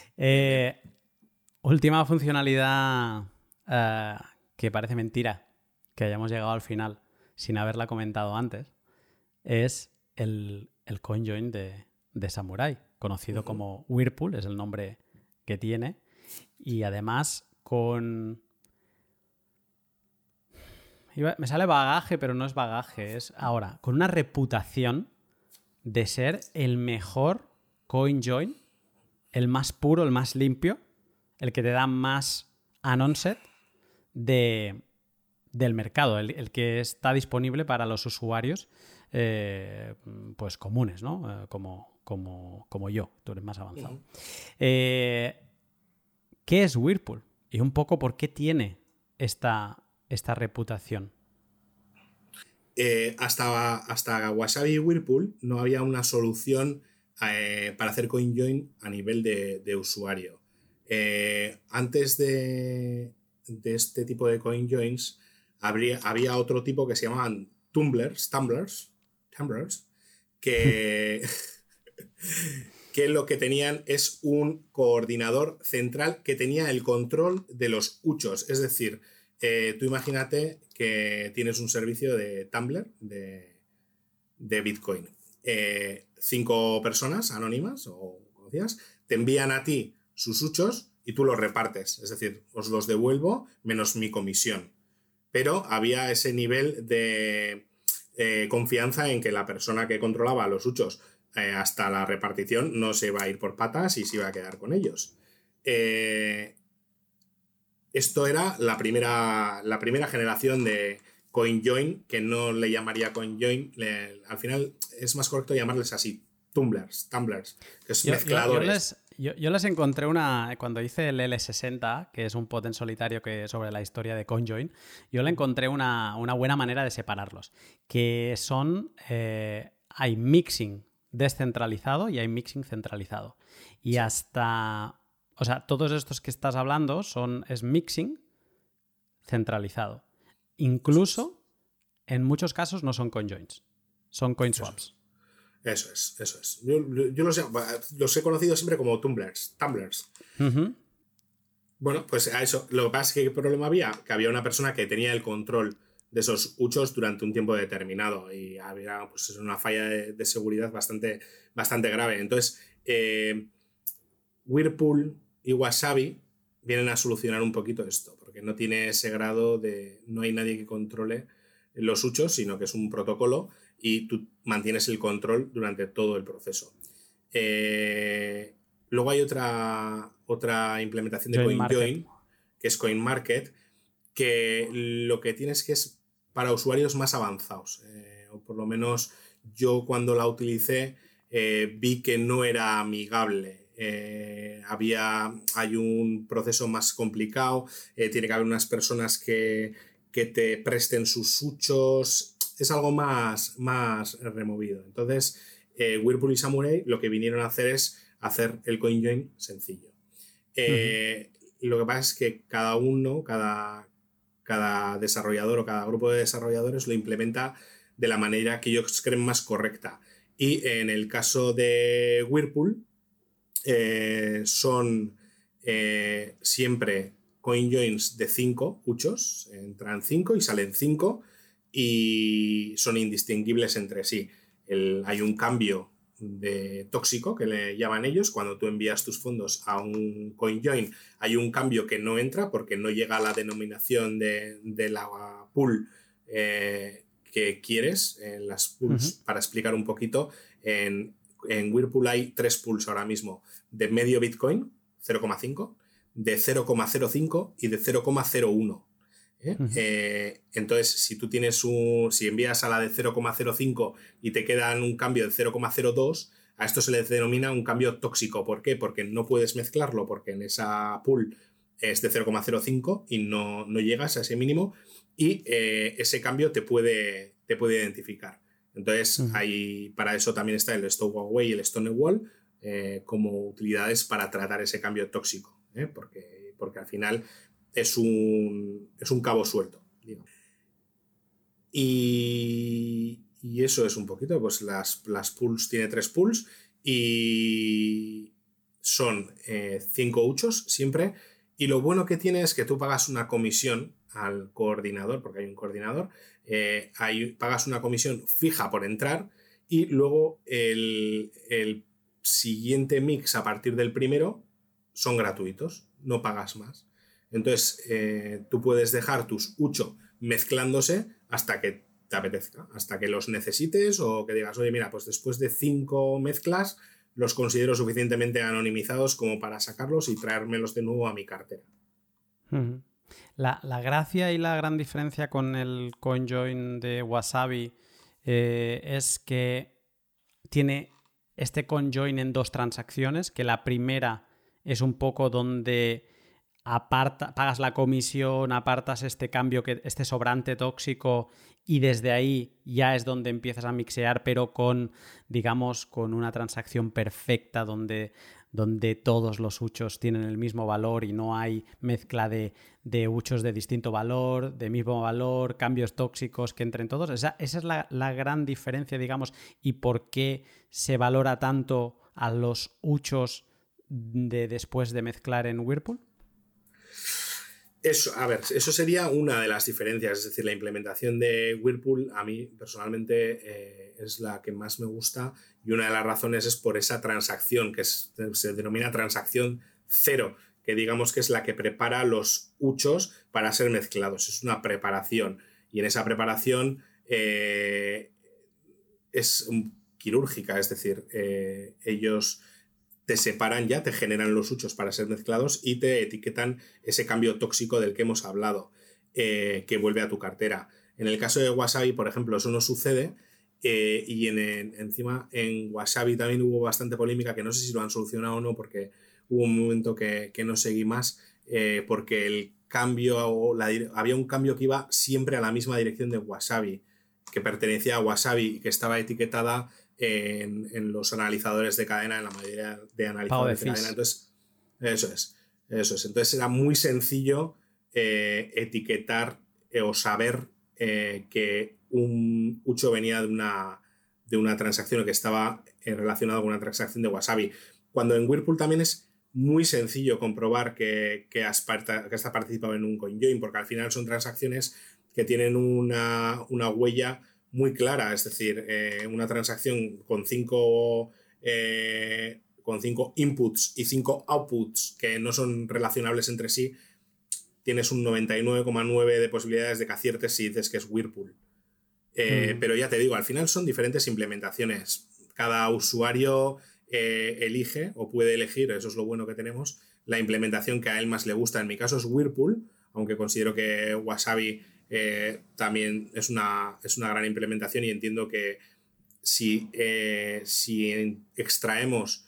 Última funcionalidad que parece mentira que hayamos llegado al final sin haberla comentado antes, es el CoinJoin de Samurai, conocido como Whirlpool, es el nombre que tiene, y además me sale bagaje, pero no es bagaje, es ahora con una reputación de ser el mejor CoinJoin, el más puro, el más limpio, el que te da más announced del mercado, el que está disponible para los usuarios pues comunes, ¿no? Como yo, tú eres más avanzado. ¿Qué es Whirlpool? Y un poco por qué tiene esta reputación. Hasta Wasabi y Whirlpool no había una solución para hacer CoinJoin a nivel de usuario. Antes de este tipo de CoinJoins había otro tipo que se llamaban tumblers, que lo que tenían es un coordinador central que tenía el control de los huchos. Es decir, tú imagínate que tienes un servicio de Tumblr de Bitcoin. 5 personas anónimas o conocidas te envían a ti sus huchos y tú los repartes. Es decir, os los devuelvo menos mi comisión. Pero había ese nivel de confianza en que la persona que controlaba los huchos hasta la repartición no se iba a ir por patas y se iba a quedar con ellos. Esto era la primera generación de CoinJoin, que no le llamaría CoinJoin. Al final es más correcto llamarles así, tumblers, que es mezcladores. Yo les encontré cuando hice el L60, que es un pod en solitario sobre la historia de CoinJoin, yo le encontré una buena manera de separarlos, que son, hay mixing descentralizado y hay mixing centralizado. Y O sea, todos estos que estás hablando es mixing centralizado. Incluso, en muchos casos, no son CoinJoins. Son CoinSwaps. Eso es. Yo los he conocido siempre como tumblers. Uh-huh. Bueno, pues a eso. Lo que pasa es que ¿qué problema había? Que había una persona que tenía el control de esos huchos durante un tiempo determinado y había pues, una falla de seguridad bastante grave. Entonces, Whirlpool y Wasabi vienen a solucionar un poquito esto, porque no tiene ese grado de... No hay nadie que controle los huchos, sino que es un protocolo y tú mantienes el control durante todo el proceso. Luego hay otra implementación de CoinJoin, que es CoinMarket, que lo que tienes que es para usuarios más avanzados. O por lo menos yo cuando la utilicé vi que no era amigable. Hay un proceso más complicado, tiene que haber unas personas que te presten sus huchos, es algo más removido. Entonces, Whirlpool y Samurai lo que vinieron a hacer es hacer el CoinJoin sencillo. Lo que pasa es que cada desarrollador o cada grupo de desarrolladores lo implementa de la manera que ellos creen más correcta. Y en el caso de Whirlpool, son siempre CoinJoins de 5 huchos, entran 5 y salen 5 y son indistinguibles entre sí. Hay un cambio de tóxico que le llaman ellos. Cuando tú envías tus fondos a un CoinJoin hay un cambio que no entra porque no llega a la denominación de la pool que quieres en las pools. Para explicar un poquito, en Whirlpool hay 3 pools ahora mismo: de medio Bitcoin, 0,5, de 0,05 y de 0,01. Entonces, si tú si envías a la de 0,05 y te quedan un cambio de 0,02, a esto se le denomina un cambio tóxico. ¿Por qué? Porque no puedes mezclarlo, porque en esa pool es de 0,05 y no llegas a ese mínimo, y ese cambio te puede identificar. Entonces, para eso también está el Stowaway y el Stonewall como utilidades para tratar ese cambio tóxico, porque al final es un cabo suelto, digamos. Y eso es un poquito, pues las pools, tiene 3 pools y son 5 huchos siempre. Y lo bueno que tiene es que tú pagas una comisión al coordinador, porque hay un coordinador, pagas una comisión fija por entrar, y luego el siguiente mix a partir del primero son gratuitos, no pagas más. Entonces tú puedes dejar tus hucho mezclándose hasta que te apetezca, hasta que los necesites o que digas, oye, mira, pues después de 5 mezclas los considero suficientemente anonimizados como para sacarlos y traérmelos de nuevo a mi cartera. La gracia y la gran diferencia con el CoinJoin de Wasabi es que tiene este CoinJoin en 2 transacciones, que la primera es un poco donde pagas la comisión, apartas este cambio, este sobrante tóxico, y desde ahí ya es donde empiezas a mixear, pero con una transacción perfecta donde todos los huchos tienen el mismo valor y no hay mezcla de huchos de distinto valor, de mismo valor, cambios tóxicos que entren todos. Esa es la gran diferencia, digamos, y por qué se valora tanto a los huchos después de mezclar en Whirlpool. Eso sería una de las diferencias, es decir, la implementación de Whirlpool a mí personalmente es la que más me gusta, y una de las razones es por esa transacción que se denomina transacción cero, que digamos que es la que prepara los huchos para ser mezclados. Es una preparación, y en esa preparación es quirúrgica, es decir, ellos te separan ya, te generan los huchos para ser mezclados y te etiquetan ese cambio tóxico del que hemos hablado, que vuelve a tu cartera. En el caso de Wasabi, por ejemplo, eso no sucede, y encima en Wasabi también hubo bastante polémica, que no sé si lo han solucionado o no, porque hubo un momento que no seguí más, porque el cambio había un cambio que iba siempre a la misma dirección de Wasabi, que pertenecía a Wasabi y que estaba etiquetada en los analizadores de cadena, en la mayoría de analizadores de cadena. Entonces, Eso es. Entonces era muy sencillo etiquetar o saber que un Ucho venía de una transacción o que estaba relacionado con una transacción de Wasabi. Cuando en Whirlpool también es muy sencillo comprobar que has participado en un CoinJoin, porque al final son transacciones que tienen una huella muy clara, es decir, una transacción con 5 inputs y 5 outputs que no son relacionables entre sí, tienes un 99,9 de posibilidades de que aciertes si dices que es Whirlpool. Pero ya te digo, al final son diferentes implementaciones. Cada usuario elige o puede elegir, eso es lo bueno que tenemos, la implementación que a él más le gusta. En mi caso es Whirlpool, aunque considero que Wasabi también es una gran implementación, y entiendo que si extraemos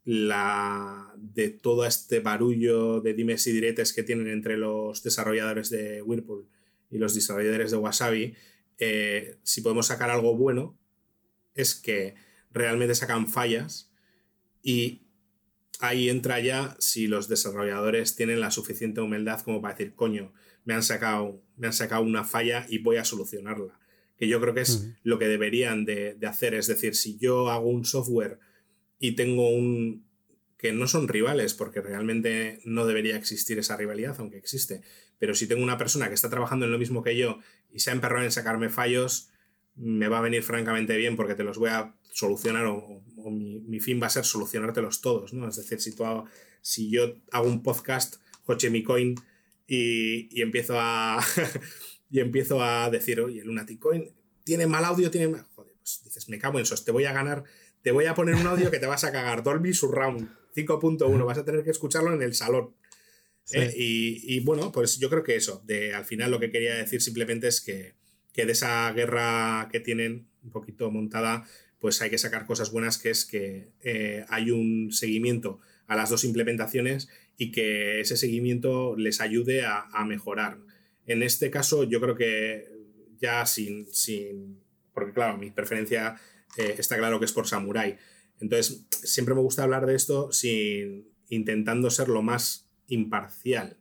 de todo este barullo de dimes y diretes que tienen entre los desarrolladores de Whirlpool y los desarrolladores de Wasabi, si podemos sacar algo bueno, es que realmente sacan fallas, y ahí entra ya si los desarrolladores tienen la suficiente humildad como para decir, coño, me han sacado una falla y voy a solucionarla. Que yo creo que es lo que deberían de hacer. Es decir, si yo hago un software y tengo que no son rivales, porque realmente no debería existir esa rivalidad, aunque existe, pero si tengo una persona que está trabajando en lo mismo que yo y se ha emperrado en sacarme fallos, me va a venir francamente bien, porque te los voy a solucionar, o mi fin va a ser solucionártelos todos, ¿no? Es decir, si yo hago un podcast, Hochemicoin, y empiezo a y empiezo a decir, oye, Lunatic Coin tiene mal audio, joder, pues dices, me cago en sos, te voy a poner un audio que te vas a cagar, Dolby Surround 5.1, vas a tener que escucharlo en el salón. Sí. Y bueno, pues yo creo que eso, al final lo que quería decir simplemente es que de esa guerra que tienen un poquito montada, pues hay que sacar cosas buenas, que es que hay un seguimiento a las dos implementaciones y que ese seguimiento les ayude a mejorar. En este caso yo creo que ya porque claro, mi preferencia está claro que es por Samurai. Entonces siempre me gusta hablar de esto intentando ser lo más imparcial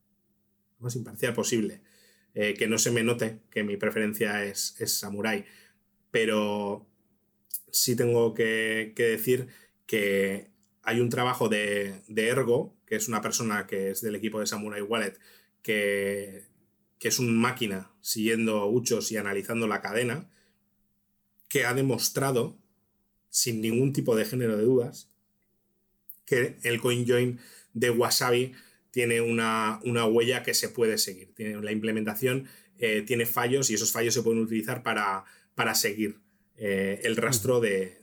posible. Que no se me note que mi preferencia es Samurai, pero sí tengo que decir que hay un trabajo de Ergo, que es una persona que es del equipo de Samurai Wallet, que es una máquina siguiendo Uchos y analizando la cadena, que ha demostrado, sin ningún tipo de género de dudas, que el CoinJoin de Wasabi tiene una huella que se puede seguir. La implementación tiene fallos, y esos fallos se pueden utilizar para seguir el rastro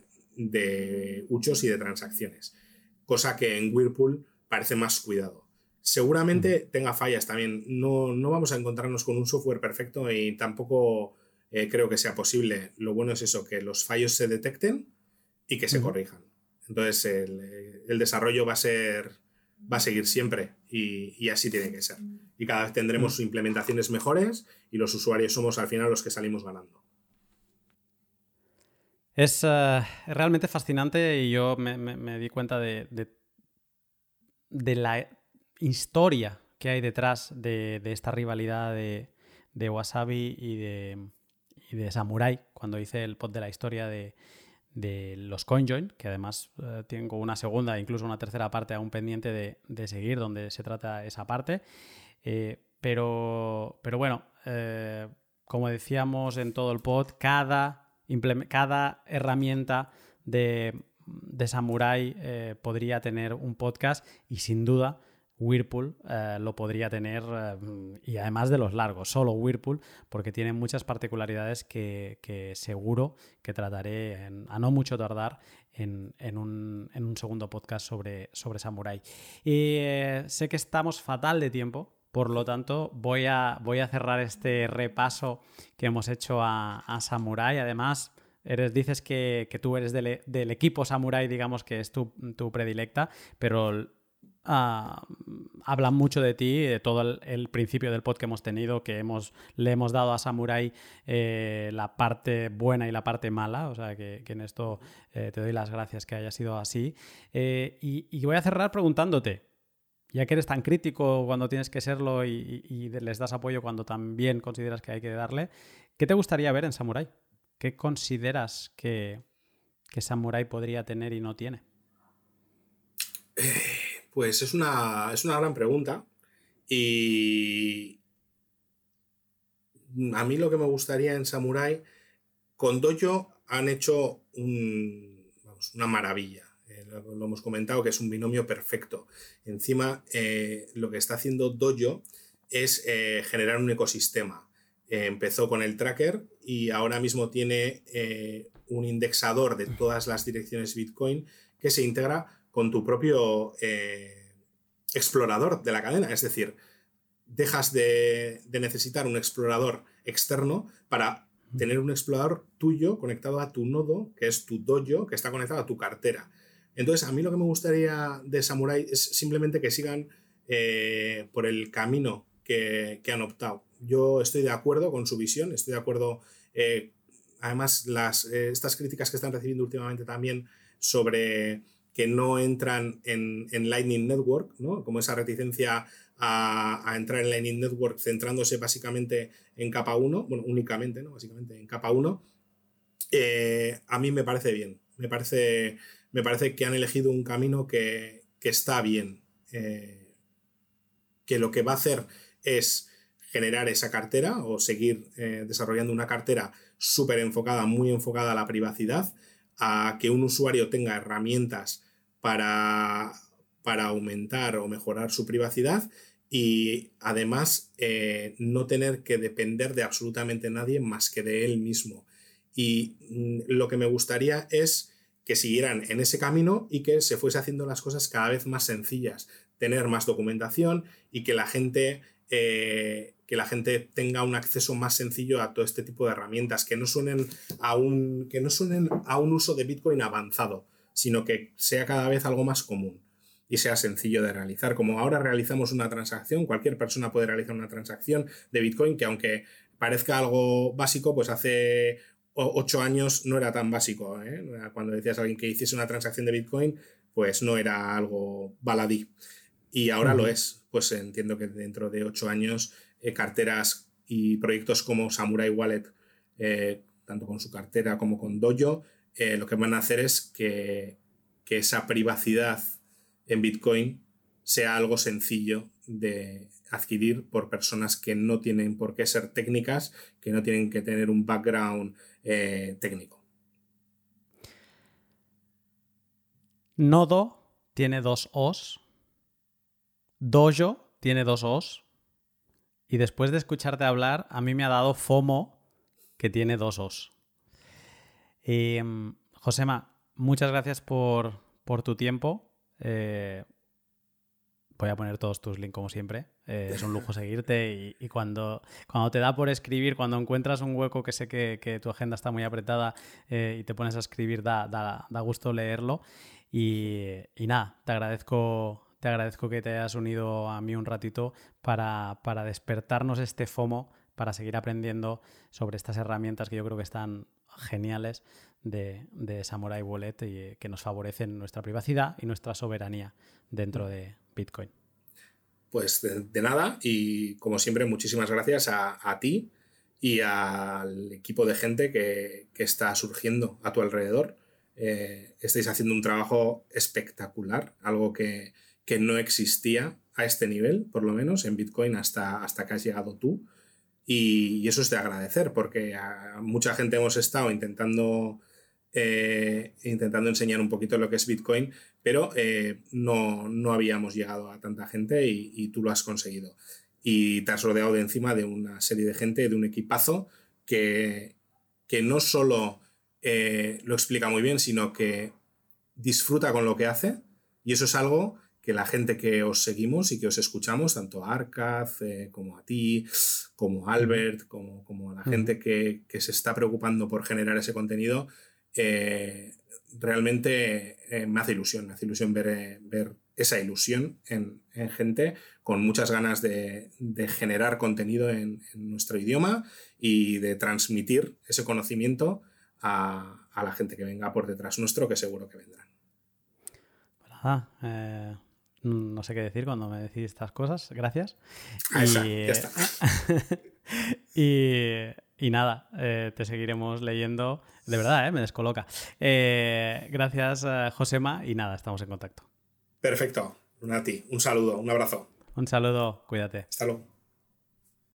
de Uchos y de transacciones. Cosa que en Whirlpool parece más cuidado. Seguramente tenga fallas también. No vamos a encontrarnos con un software perfecto, y tampoco creo que sea posible. Lo bueno es eso, que los fallos se detecten y que se corrijan. Entonces el desarrollo va a seguir siempre, y así tiene que ser. Y cada vez tendremos implementaciones mejores, y los usuarios somos al final los que salimos ganando. Es realmente fascinante, y yo me di cuenta de la historia que hay detrás de esta rivalidad de Wasabi y de Samurai, cuando hice el pod de la historia de los CoinJoin, que además tengo una segunda e incluso una tercera parte aún pendiente de seguir, donde se trata esa parte. Pero bueno, como decíamos en todo el pod, cada herramienta de Samurai podría tener un podcast, y sin duda Whirlpool lo podría tener, y además de los largos, solo Whirlpool, porque tiene muchas particularidades que seguro que trataré a no mucho tardar en un segundo podcast sobre Samurai. Y sé que estamos fatal de tiempo, por lo tanto voy a cerrar este repaso que hemos hecho a Samurai. Además, dices que tú eres del equipo Samurai, digamos que es tu predilecta, pero hablan mucho de ti, de todo el principio del pod que hemos tenido, que le hemos dado a Samurai la parte buena y la parte mala, o sea que en esto te doy las gracias que haya sido así. Y voy a cerrar preguntándote, ya que eres tan crítico cuando tienes que serlo y les das apoyo cuando también consideras que hay que darle, ¿qué te gustaría ver en Samurai? ¿Qué consideras que Samurai podría tener y no tiene? Pues es una gran pregunta. Y a mí lo que me gustaría en Samurai, con Dojo han hecho una maravilla. Lo hemos comentado, que es un binomio perfecto. Encima, lo que está haciendo Dojo es generar un ecosistema. Empezó con el tracker y ahora mismo tiene un indexador de todas las direcciones Bitcoin que se integra con tu propio explorador de la cadena. Es decir, dejas de necesitar un explorador externo para tener un explorador tuyo conectado a tu nodo, que es tu Dojo, que está conectado a tu cartera. Entonces, a mí lo que me gustaría de Samurai es simplemente que sigan por el camino que han optado. Yo estoy de acuerdo con su visión, estoy de acuerdo. Además, estas críticas que están recibiendo últimamente también sobre que no entran en Lightning Network, ¿no? Como esa reticencia a entrar en Lightning Network centrándose básicamente en capa 1, bueno, únicamente, ¿no? Básicamente en capa 1, a mí me parece bien. Me parece que han elegido un camino que está bien. Que lo que va a hacer es generar esa cartera o seguir desarrollando una cartera súper enfocada, muy enfocada a la privacidad, a que un usuario tenga herramientas para aumentar o mejorar su privacidad y además no tener que depender de absolutamente nadie más que de él mismo. Y lo que me gustaría es que siguieran en ese camino y que se fuese haciendo las cosas cada vez más sencillas, tener más documentación y que la gente tenga un acceso más sencillo a todo este tipo de herramientas, que no suenen a un uso de Bitcoin avanzado, sino que sea cada vez algo más común y sea sencillo de realizar. Como ahora realizamos una transacción, cualquier persona puede realizar una transacción de Bitcoin, que aunque parezca algo básico, pues hace 8 años no era tan básico, ¿eh? Cuando decías a alguien que hiciese una transacción de Bitcoin, pues no era algo baladí. Y ahora lo es. Pues entiendo que dentro de 8 años carteras y proyectos como Samurai Wallet, tanto con su cartera como con Dojo, lo que van a hacer es que esa privacidad en Bitcoin sea algo sencillo de adquirir por personas que no tienen por qué ser técnicas, que no tienen que tener un background técnico. Nodo tiene 2 O's. Dojo tiene 2 O's. Y después de escucharte hablar, a mí me ha dado FOMO, que tiene 2 O's. Josema, muchas gracias por tu tiempo. Voy a poner todos tus links como siempre. Es un lujo seguirte y cuando te da por escribir, cuando encuentras un hueco que sé que tu agenda está muy apretada y te pones a escribir, da gusto leerlo. Y nada, te agradezco que te hayas unido a mí un ratito para despertarnos este FOMO, para seguir aprendiendo sobre estas herramientas que yo creo que están geniales de Samurai Wallet y que nos favorecen nuestra privacidad y nuestra soberanía dentro de Bitcoin. Pues de nada, y como siempre, muchísimas gracias a ti y al equipo de gente que está surgiendo a tu alrededor. Estáis haciendo un trabajo espectacular, algo que no existía a este nivel, por lo menos en Bitcoin hasta que has llegado tú. Y eso es de agradecer, porque a mucha gente hemos estado intentando enseñar un poquito lo que es Bitcoin, pero no habíamos llegado a tanta gente y tú lo has conseguido. Y te has rodeado de encima de una serie de gente, de un equipazo que no solo lo explica muy bien, sino que disfruta con lo que hace, y eso es algo que la gente que os seguimos y que os escuchamos, tanto a Arcaz como a ti, como a Albert, como a la gente que se está preocupando por generar ese contenido, realmente me hace ilusión ver esa ilusión en gente con muchas ganas de generar contenido en nuestro idioma y de transmitir ese conocimiento a la gente que venga por detrás nuestro, que seguro que vendrán. Nada, No sé qué decir cuando me decís estas cosas. Gracias. Ya está. Y nada, te seguiremos leyendo. De verdad, me descoloca. Gracias, Josema, y nada, estamos en contacto. Perfecto. A ti. Un saludo, un abrazo. Un saludo, cuídate. Hasta luego.